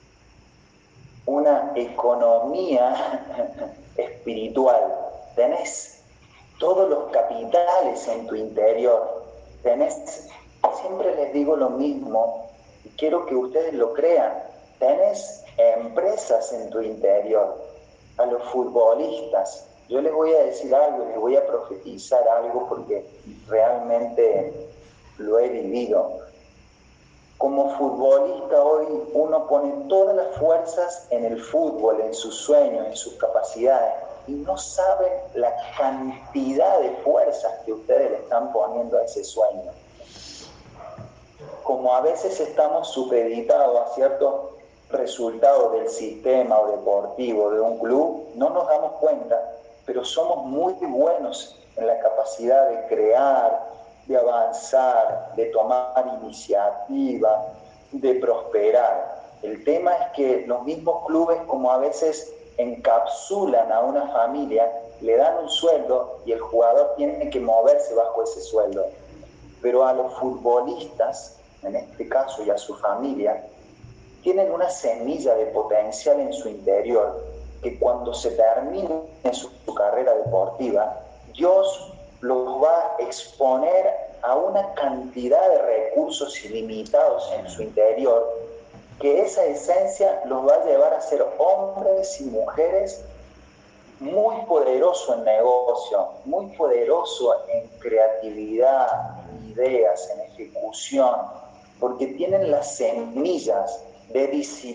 una economía espiritual, tenés todos los capitales en tu interior, tenés, siempre les digo lo mismo y quiero que ustedes lo crean, tenés empresas en tu interior. A los futbolistas, yo les voy a decir algo, les voy a profetizar algo porque realmente lo he vivido. Como futbolista hoy uno pone todas las fuerzas en el fútbol, en sus sueños, en sus capacidades, y no saben la cantidad de fuerzas que ustedes le están poniendo a ese sueño. Como a veces estamos supeditados a ciertos resultados del sistema o deportivo de un club, no nos damos cuenta, pero somos muy buenos en la capacidad de crear, de avanzar, de tomar iniciativa, de prosperar. El tema es que los mismos clubes, como a veces encapsulan a una familia, le dan un sueldo y el jugador tiene que moverse bajo ese sueldo. Pero a los futbolistas, en este caso, y a su familia, tienen una semilla de potencial en su interior que cuando se termine su, su carrera deportiva, Dios los va a exponer a una cantidad de recursos ilimitados en su interior, que esa esencia los va a llevar a ser hombres y mujeres muy poderosos en negocio, muy poderosos en creatividad, en ideas, en ejecución, porque tienen las semillas de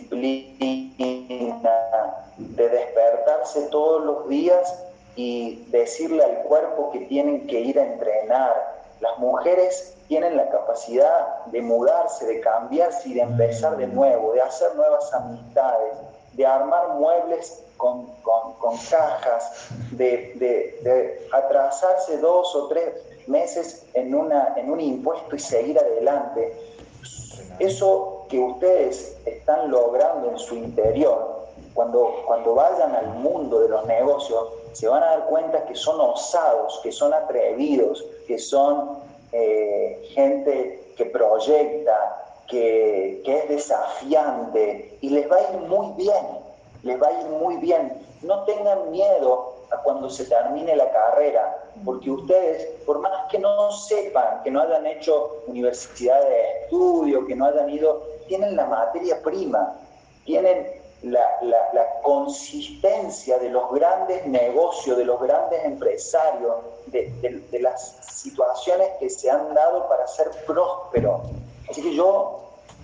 disciplina, de despertarse todos los días y decirle al cuerpo que tienen que ir a entrenar. Las mujeres tienen la capacidad de mudarse, de cambiarse y de empezar de nuevo, de hacer nuevas amistades, de armar muebles con, con, con cajas, de, de, de atrasarse dos o tres meses en, una, en un impuesto y seguir adelante. Eso que ustedes están logrando en su interior, cuando, cuando vayan al mundo de los negocios, se van a dar cuenta que son osados, que son atrevidos, que son eh, gente que proyecta, que, que es desafiante, y les va a ir muy bien, les va a ir muy bien. No tengan miedo a cuando se termine la carrera, porque ustedes, por más que no sepan, que no hayan hecho universidad de estudio, que no hayan ido, tienen la materia prima, tienen la, la, la consistencia de los grandes negocios, de los grandes empresarios, de, de, de las situaciones que se han dado para ser próspero. Así que yo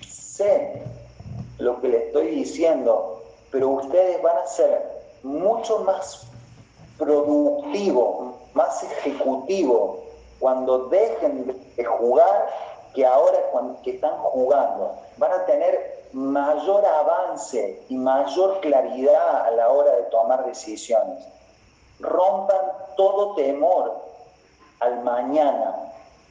sé lo que le estoy diciendo, pero ustedes van a ser mucho más productivos, más ejecutivos cuando dejen de jugar que ahora cuando, que están jugando. Van a tener mayor avance y mayor claridad a la hora de tomar decisiones. Rompan todo temor al mañana,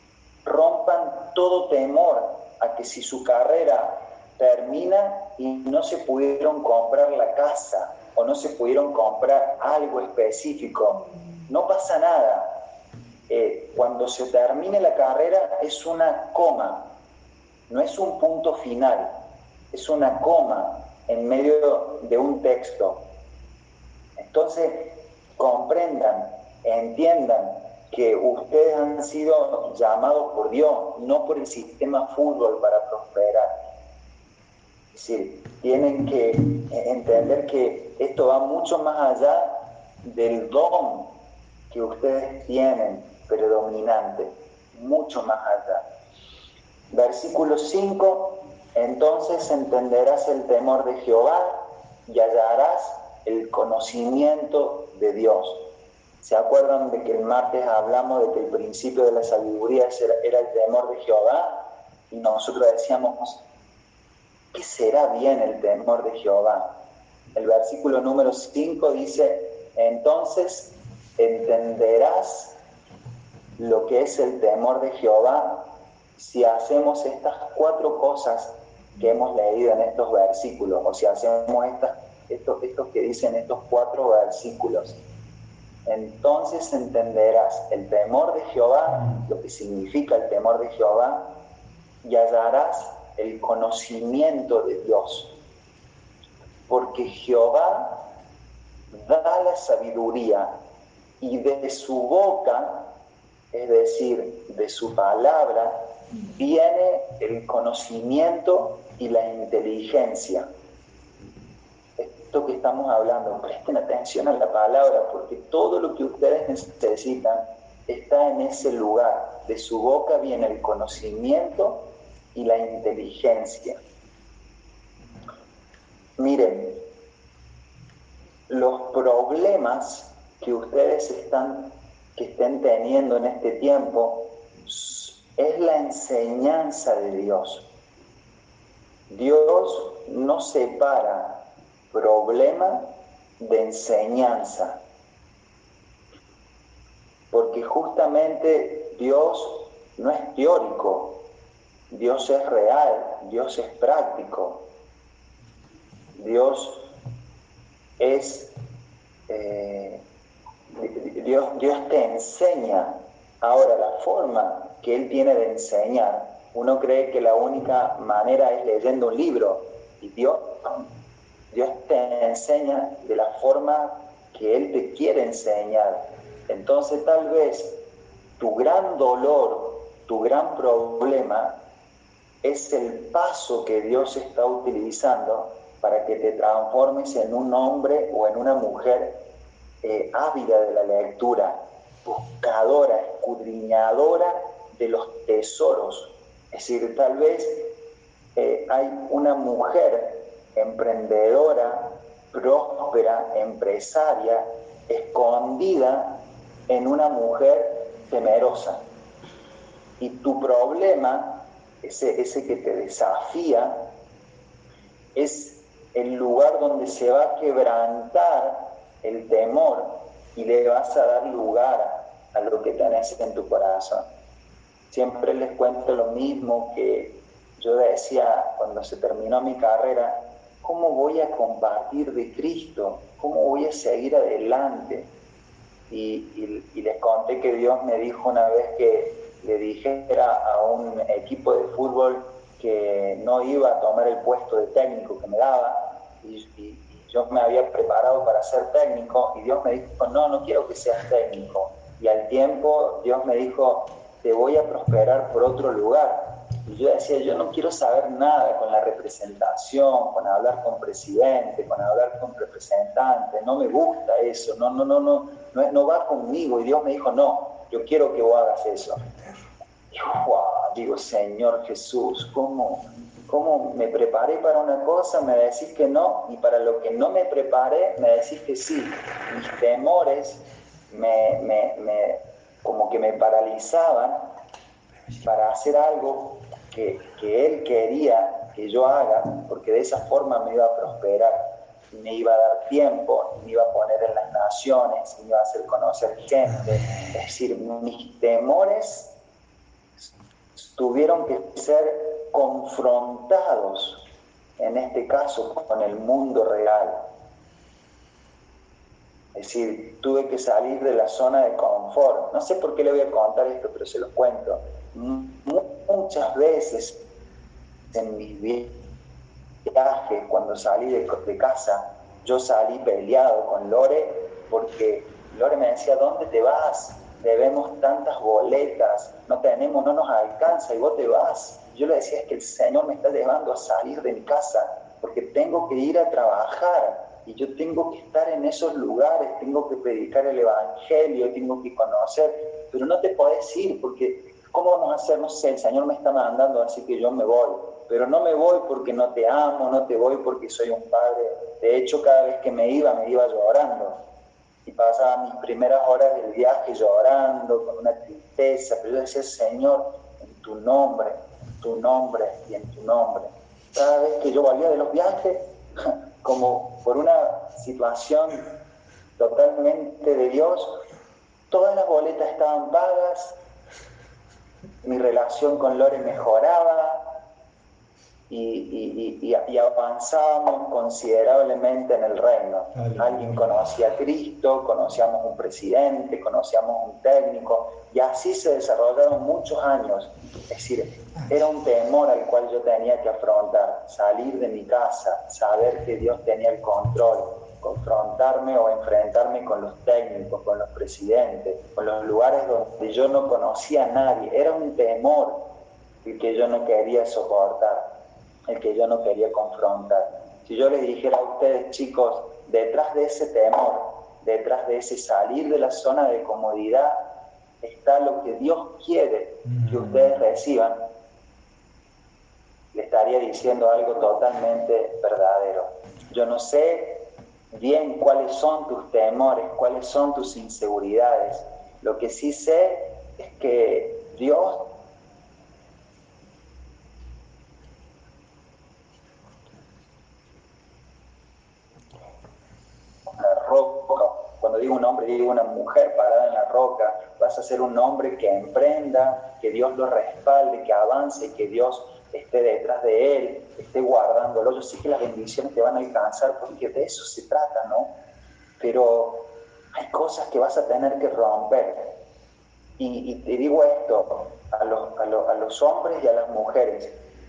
rompan todo temor a que si su carrera termina y no se pudieron comprar la casa o no se pudieron comprar algo específico, no pasa nada. Eh, cuando se termine la carrera es una coma, no es un punto final, es una coma en medio de un texto. Entonces, comprendan, entiendan que ustedes han sido llamados por Dios, no por el sistema fútbol para prosperar. Es decir, tienen que entender que esto va mucho más allá del don que ustedes tienen predominante, mucho más allá. Versículo cinco, entonces entenderás el temor de Jehová y hallarás el conocimiento de Dios. ¿Se acuerdan de que el martes hablamos de que el principio de la sabiduría era el temor de Jehová? Y nosotros decíamos, ¿qué será bien el temor de Jehová? El versículo número cinco dice, entonces entenderás lo que es el temor de Jehová si hacemos estas cuatro cosas que hemos leído en estos versículos, o si hacemos estas, estos, estos que dicen estos cuatro versículos. Entonces entenderás el temor de Jehová, lo que significa el temor de Jehová, y hallarás el conocimiento de Dios. Porque Jehová da la sabiduría y de su boca, es decir, de su palabra, viene el conocimiento y la inteligencia. Esto que estamos hablando, presten atención a la palabra, porque todo lo que ustedes necesitan está en ese lugar. De su boca viene el conocimiento y la inteligencia. Miren, los problemas que ustedes están, que estén teniendo en este tiempo es la enseñanza de Dios. Dios no separa problema de enseñanza, porque justamente Dios no es teórico, Dios es real, Dios es práctico, Dios es eh, Dios, Dios te enseña. Ahora, la forma que Él tiene de enseñar, uno cree que la única manera es leyendo un libro, y Dios, Dios te enseña de la forma que Él te quiere enseñar. Entonces, tal vez tu gran dolor, tu gran problema, es el paso que Dios está utilizando para que te transformes en un hombre o en una mujer eh, ávida de la lectura, buscadora, escudriñadora de los tesoros. Es decir, tal vez eh, hay una mujer emprendedora, próspera, empresaria, escondida en una mujer temerosa. Y tu problema, ese, ese que te desafía, es el lugar donde se va a quebrantar el temor y le vas a dar lugar a lo que tenés en tu corazón. Siempre les cuento lo mismo que yo decía cuando se terminó mi carrera: ¿cómo voy a compartir de Cristo? ¿Cómo voy a seguir adelante? Y, y, y les conté que Dios me dijo una vez que le dijera a un equipo de fútbol que no iba a tomar el puesto de técnico que me daba, y, y, y yo me había preparado para ser técnico, y Dios me dijo: no, no quiero que seas técnico. Y al tiempo Dios me dijo: te voy a prosperar por otro lugar. Y Y yo decía, yo no quiero saber nada con la representación, con hablar con presidente, con hablar con representante, no me gusta eso, no, no, no, no, no, no va conmigo. Y Dios me dijo, no, yo quiero que vos hagas eso. Y wow, digo, Señor Jesús, ¿cómo, ¿cómo me preparé para una cosa, me decís que no? Y para lo que no me preparé, me decís que sí. Mis temores me, me, me, como que me paralizaban para hacer algo que, que Él quería que yo haga, porque de esa forma me iba a prosperar, y me iba a dar tiempo, y me iba a poner en las naciones, y me iba a hacer conocer gente. Es decir, mis temores tuvieron que ser confrontados, en este caso, con el mundo real. Es decir, tuve que salir de la zona de confort. No sé por qué le voy a contar esto, pero se lo cuento. Muchas veces en mis viajes, cuando salí de, de casa, yo salí peleado con Lore, porque Lore me decía, ¿dónde te vas? Debemos tantas boletas, no tenemos, no nos alcanza, y vos te vas. Yo le decía, es que el Señor me está llevando a salir de mi casa, porque tengo que ir a trabajar, y yo tengo que estar en esos lugares, tengo que predicar el Evangelio, tengo que conocer, pero no te podés ir, porque ¿cómo vamos a hacer? No sé, el Señor me está mandando, así que yo me voy. Pero no me voy porque no te amo, no te voy porque soy un padre. De hecho, cada vez que me iba, me iba llorando. Y pasaba mis primeras horas del viaje llorando, con una tristeza. Pero yo decía, Señor, en tu nombre, en tu nombre y en tu nombre. Cada vez que yo volvía de los viajes, como por una situación totalmente de Dios, todas las boletas estaban pagas, mi relación con Lore mejoraba, y, y, y, y avanzábamos considerablemente en el reino. Aleluya. Alguien conocía a Cristo, conocíamos un presidente, conocíamos un técnico, y así se desarrollaron muchos años. Es decir, era un temor al cual yo tenía que afrontar, salir de mi casa, saber que Dios tenía el control, confrontarme o enfrentarme con los técnicos, con los presidentes, con los lugares donde yo no conocía a nadie. Era un temor el que yo no quería soportar, el que yo no quería confrontar. Si yo les dijera a ustedes, chicos, detrás de ese temor, detrás de ese salir de la zona de comodidad, está lo que Dios quiere que ustedes reciban, le estaría diciendo algo totalmente verdadero. Yo no sé bien cuáles son tus temores, cuáles son tus inseguridades. Lo que sí sé es que Dios una roca. Cuando digo un hombre, digo una mujer parada en la roca. Vas a ser un hombre que emprenda, que Dios lo respalde, que avance, que Dios esté detrás de él, esté guardándolo. Yo sé que las bendiciones te van a alcanzar porque de eso se trata, ¿no? Pero hay cosas que vas a tener que romper. Y, y te digo esto a los, a, los, a los hombres y a las mujeres.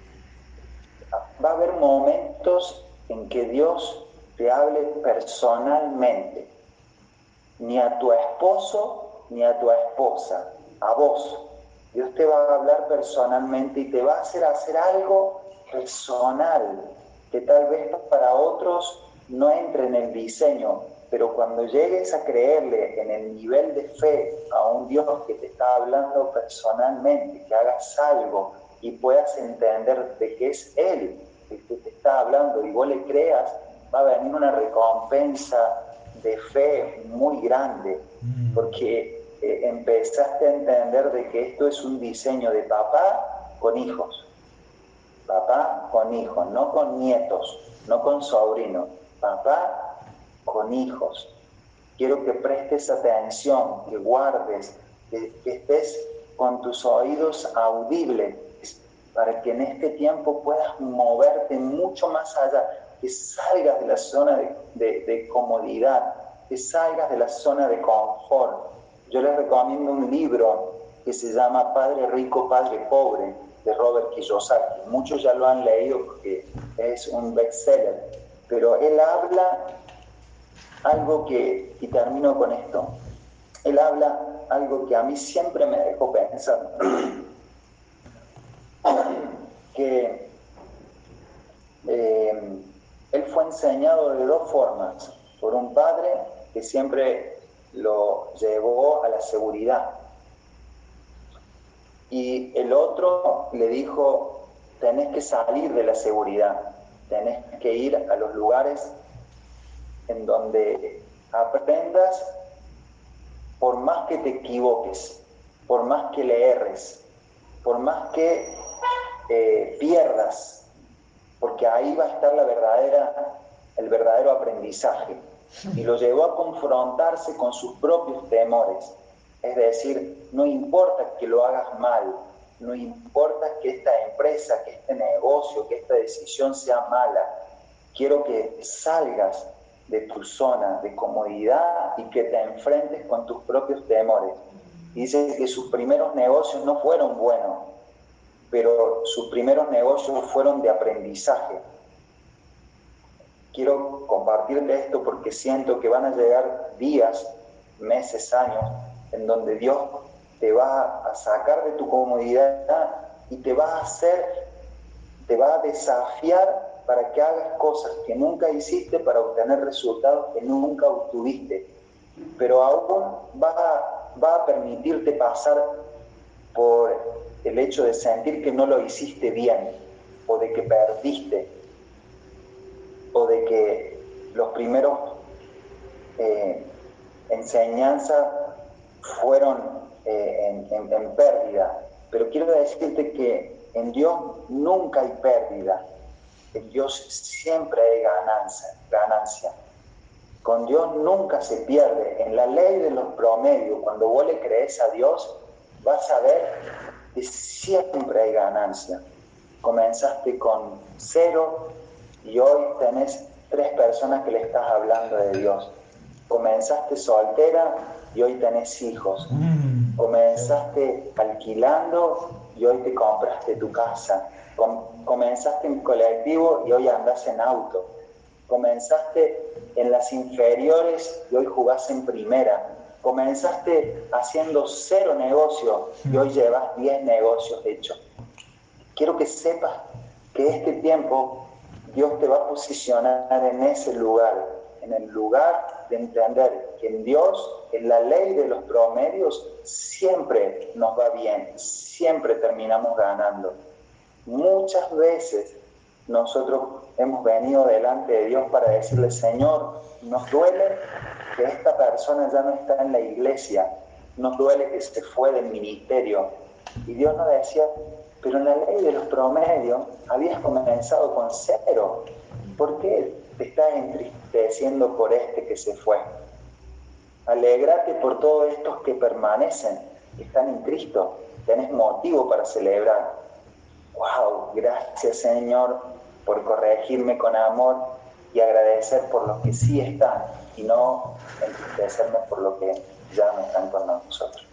Va a haber momentos en que Dios te hable personalmente, ni a tu esposo ni a tu esposa, a vos. Dios te va a hablar personalmente y te va a hacer hacer algo personal, que tal vez para otros no entre en el diseño, pero cuando llegues a creerle en el nivel de fe a un Dios que te está hablando personalmente, que hagas algo y puedas entender de que es Él el que te está hablando y vos le creas, va a venir una recompensa de fe muy grande, porque eh, empezaste a entender de que esto es un diseño de papá con hijos, papá con hijos, no con nietos, no con sobrinos, papá con hijos. Quiero que prestes atención, que guardes, que, que estés con tus oídos audibles, para que en este tiempo puedas moverte mucho más allá, que salgas de la zona de, de, de comodidad, que salgas de la zona de confort. Yo les recomiendo un libro que se llama Padre Rico, Padre Pobre, de Robert Kiyosaki. Muchos ya lo han leído porque es un bestseller, pero él habla algo que, y termino con esto, él habla algo que a mí siempre me dejó pensando. que eh, él fue enseñado de dos formas, por un padre que siempre lo llevó a la seguridad, y el otro le dijo, tenés que salir de la seguridad, tenés que ir a los lugares en donde aprendas, por más que te equivoques, por más que le erres, por más que eh, pierdas, porque ahí va a estar la verdadera, el verdadero aprendizaje. Y lo llevó a confrontarse con sus propios temores. Es decir, no importa que lo hagas mal, no importa que esta empresa, que este negocio, que esta decisión sea mala, quiero que salgas de tu zona de comodidad y que te enfrentes con tus propios temores. Y dice que sus primeros negocios no fueron buenos, pero sus primeros negocios fueron de aprendizaje. Quiero compartirte esto porque siento que van a llegar días, meses, años, en donde Dios te va a sacar de tu comodidad y te va a hacer, te va a desafiar para que hagas cosas que nunca hiciste para obtener resultados que nunca obtuviste. Pero aún va a, va a permitirte pasar por el hecho de sentir que no lo hiciste bien, o de que perdiste, o de que los primeros eh, enseñanzas fueron eh, en, en, en pérdida. Pero quiero decirte que en Dios nunca hay pérdida, en Dios siempre hay ganancia, ganancia. Con Dios nunca se pierde. En la ley de los promedios, cuando vos le crees a Dios, vas a ver que siempre hay ganancia. Comenzaste con cero y hoy tenés tres personas que le estás hablando de Dios. Comenzaste soltera y hoy tenés hijos. Comenzaste alquilando y hoy te compraste tu casa. Com- comenzaste en colectivo y hoy andás en auto. Comenzaste en las inferiores y hoy jugás en primera. Comenzaste haciendo cero negocios y hoy llevas diez negocios hechos. Quiero que sepas que este tiempo Dios te va a posicionar en ese lugar, en el lugar de entender que en Dios, en la ley de los promedios, siempre nos va bien, siempre terminamos ganando. Muchas veces nosotros hemos venido delante de Dios para decirle, Señor, nos duele que esta persona ya no está en la iglesia, nos duele que se fue del ministerio. Y Dios nos decía, pero en la ley de los promedios habías comenzado con cero. ¿Por qué te estás entristeciendo por este que se fue? Alégrate por todos estos que permanecen, que están en Cristo. Tenés motivo para celebrar. ¡Wow! Gracias, Señor, por corregirme con amor y agradecer por los que sí están y no entristecerme por los que ya no están con nosotros.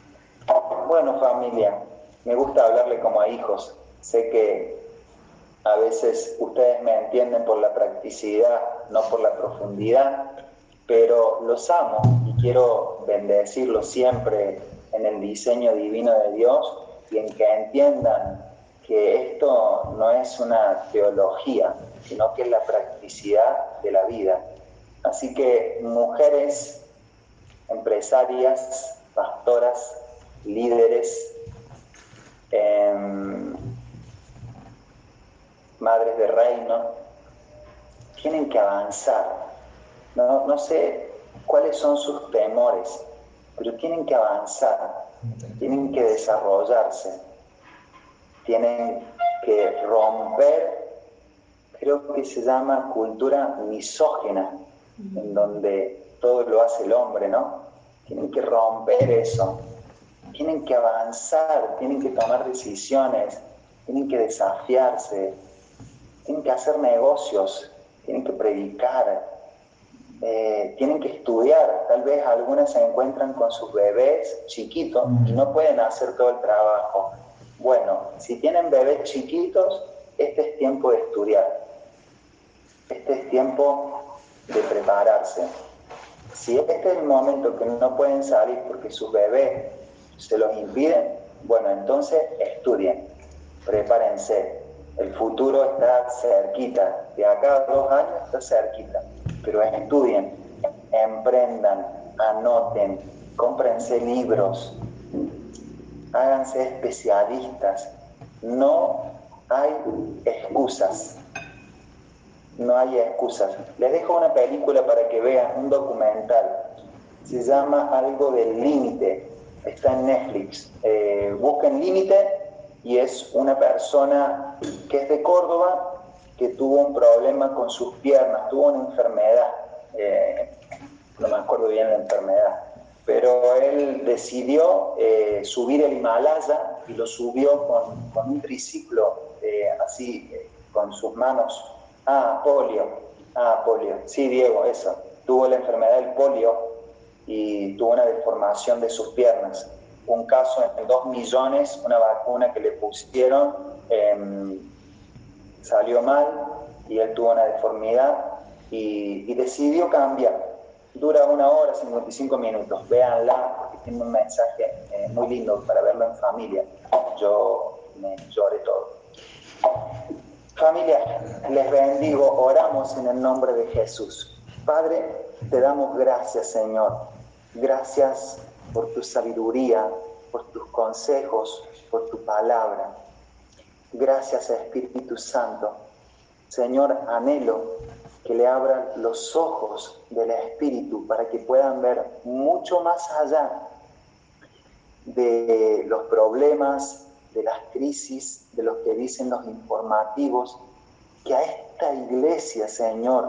Bueno, familia, me gusta hablarle como a hijos. Sé que a veces ustedes me entienden por la practicidad, no por la profundidad, pero los amo y quiero bendecirlos siempre en el diseño divino de Dios y en que entiendan que esto no es una teología, sino que es la practicidad de la vida. Así que mujeres, empresarias, pastoras, líderes, eh, madres de reino, tienen que avanzar. No, no sé cuáles son sus temores, pero tienen que avanzar, tienen que desarrollarse, tienen que romper, creo que se llama cultura misógina, en donde todo lo hace el hombre, ¿no? Tienen que romper eso, tienen que avanzar, tienen que tomar decisiones, tienen que desafiarse, tienen que hacer negocios, tienen que predicar, eh, tienen que estudiar. Tal vez algunas se encuentran con sus bebés chiquitos y no pueden hacer todo el trabajo. Bueno, si tienen bebés chiquitos, este es tiempo de estudiar, este es tiempo de prepararse. Si este es el momento que no pueden salir porque sus bebés se los impiden, bueno, entonces estudien, prepárense, El futuro está cerquita, de acá a dos años está cerquita, pero estudien, emprendan, anoten, cómprense libros, háganse especialistas. No hay excusas, no hay excusas. Les dejo una película para que vean, un documental, se llama algo del límite, está en Netflix. Eh, busquen Límite y es una persona que es de Córdoba, que tuvo un problema con sus piernas, tuvo una enfermedad, eh, no me acuerdo bien la enfermedad, pero él decidió eh, subir el Himalaya y lo subió con, con un triciclo, eh, así, eh, con sus manos. Ah, polio, ah, polio, sí, Diego, eso. Tuvo la enfermedad del polio y tuvo una deformación de sus piernas. Un caso en dos millones, una vacuna que le pusieron, eh, salió mal y él tuvo una deformidad y, y decidió cambiar. Dura una hora, cincuenta y cinco minutos. Véanla porque tiene un mensaje eh, muy lindo para verlo en familia. Yo me lloré todo. Familia, les bendigo, oramos en el nombre de Jesús. Padre, te damos gracias, Señor. Gracias por tu sabiduría, por tus consejos, por tu palabra. Gracias, Espíritu Santo. Señor, anhelo que le abran los ojos del Espíritu para que puedan ver mucho más allá de los problemas, de las crisis, de los que dicen los informativos, que a esta iglesia, Señor,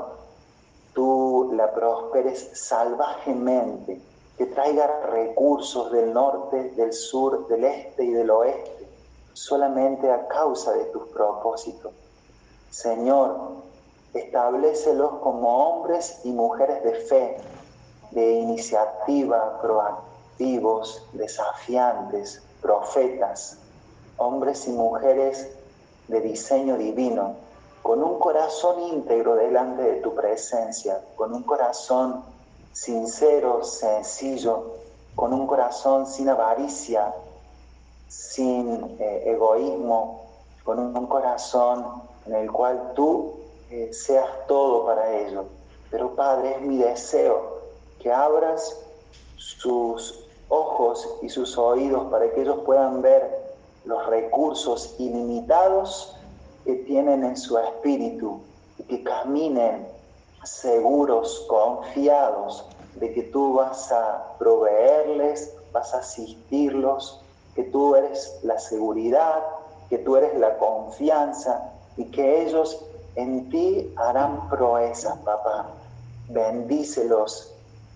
tú la prosperes salvajemente, que traiga recursos del norte, del sur, del este y del oeste, solamente a causa de tus propósitos. Señor, establécelos como hombres y mujeres de fe, de iniciativa, proactivos, desafiantes, profetas, hombres y mujeres de diseño divino, con un corazón íntegro delante de tu presencia, con un corazón sincero, sencillo, con un corazón sin avaricia, sin eh, egoísmo, con un corazón en el cual tú eh, seas todo para ellos. Pero Padre, es mi deseo que abras sus ojos y sus oídos para que ellos puedan ver los recursos ilimitados que tienen en su espíritu y que caminen seguros, confiados de que tú vas a proveerles, vas a asistirlos, que tú eres la seguridad, que tú eres la confianza y que ellos en ti harán proezas, papá. Bendícelos,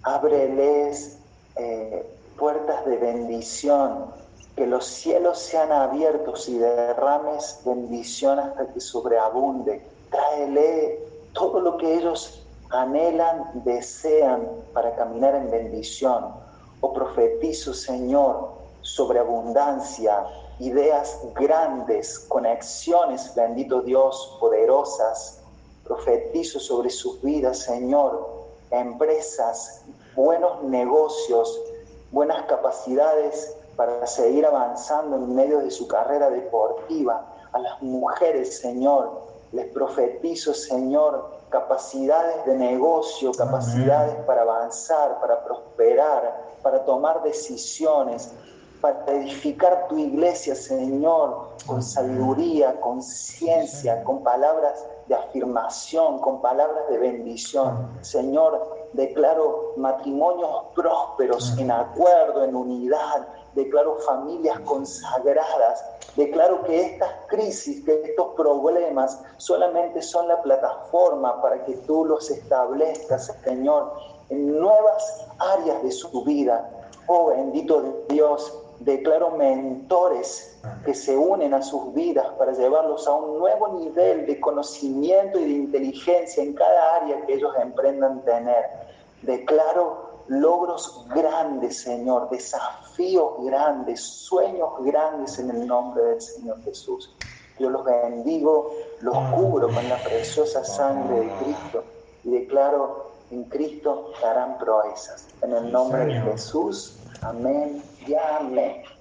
ábreles eh, puertas de bendición, que los cielos sean abiertos y derrames bendición hasta que sobreabunde. Tráele todo lo que ellos anhelan, desean para caminar en bendición. Oh, profetizo, Señor, sobreabundancia, ideas grandes, conexiones, bendito Dios, poderosas. Profetizo sobre sus vidas, Señor, empresas, buenos negocios, buenas capacidades para seguir avanzando en medio de su carrera deportiva. A las mujeres, Señor, les profetizo, Señor, capacidades de negocio, capacidades Amén. Para avanzar, para prosperar, para tomar decisiones, para edificar tu iglesia, Señor, con sabiduría, con ciencia, con palabras de afirmación, con palabras de bendición. Señor, declaro matrimonios prósperos, en acuerdo, en unidad. Declaro familias consagradas. Declaro que estas crisis, que estos problemas solamente son la plataforma para que tú los establezcas, Señor, en nuevas áreas de su vida. Oh, bendito Dios, declaro mentores que se unen a sus vidas para llevarlos a un nuevo nivel de conocimiento y de inteligencia en cada área que ellos emprendan tener. Declaro logros grandes, Señor, desafíos grandes, sueños grandes en el nombre del Señor Jesús. Yo los bendigo, los cubro con la preciosa sangre de Cristo y declaro en Cristo harán proezas. En el nombre de Jesús, amén y amén.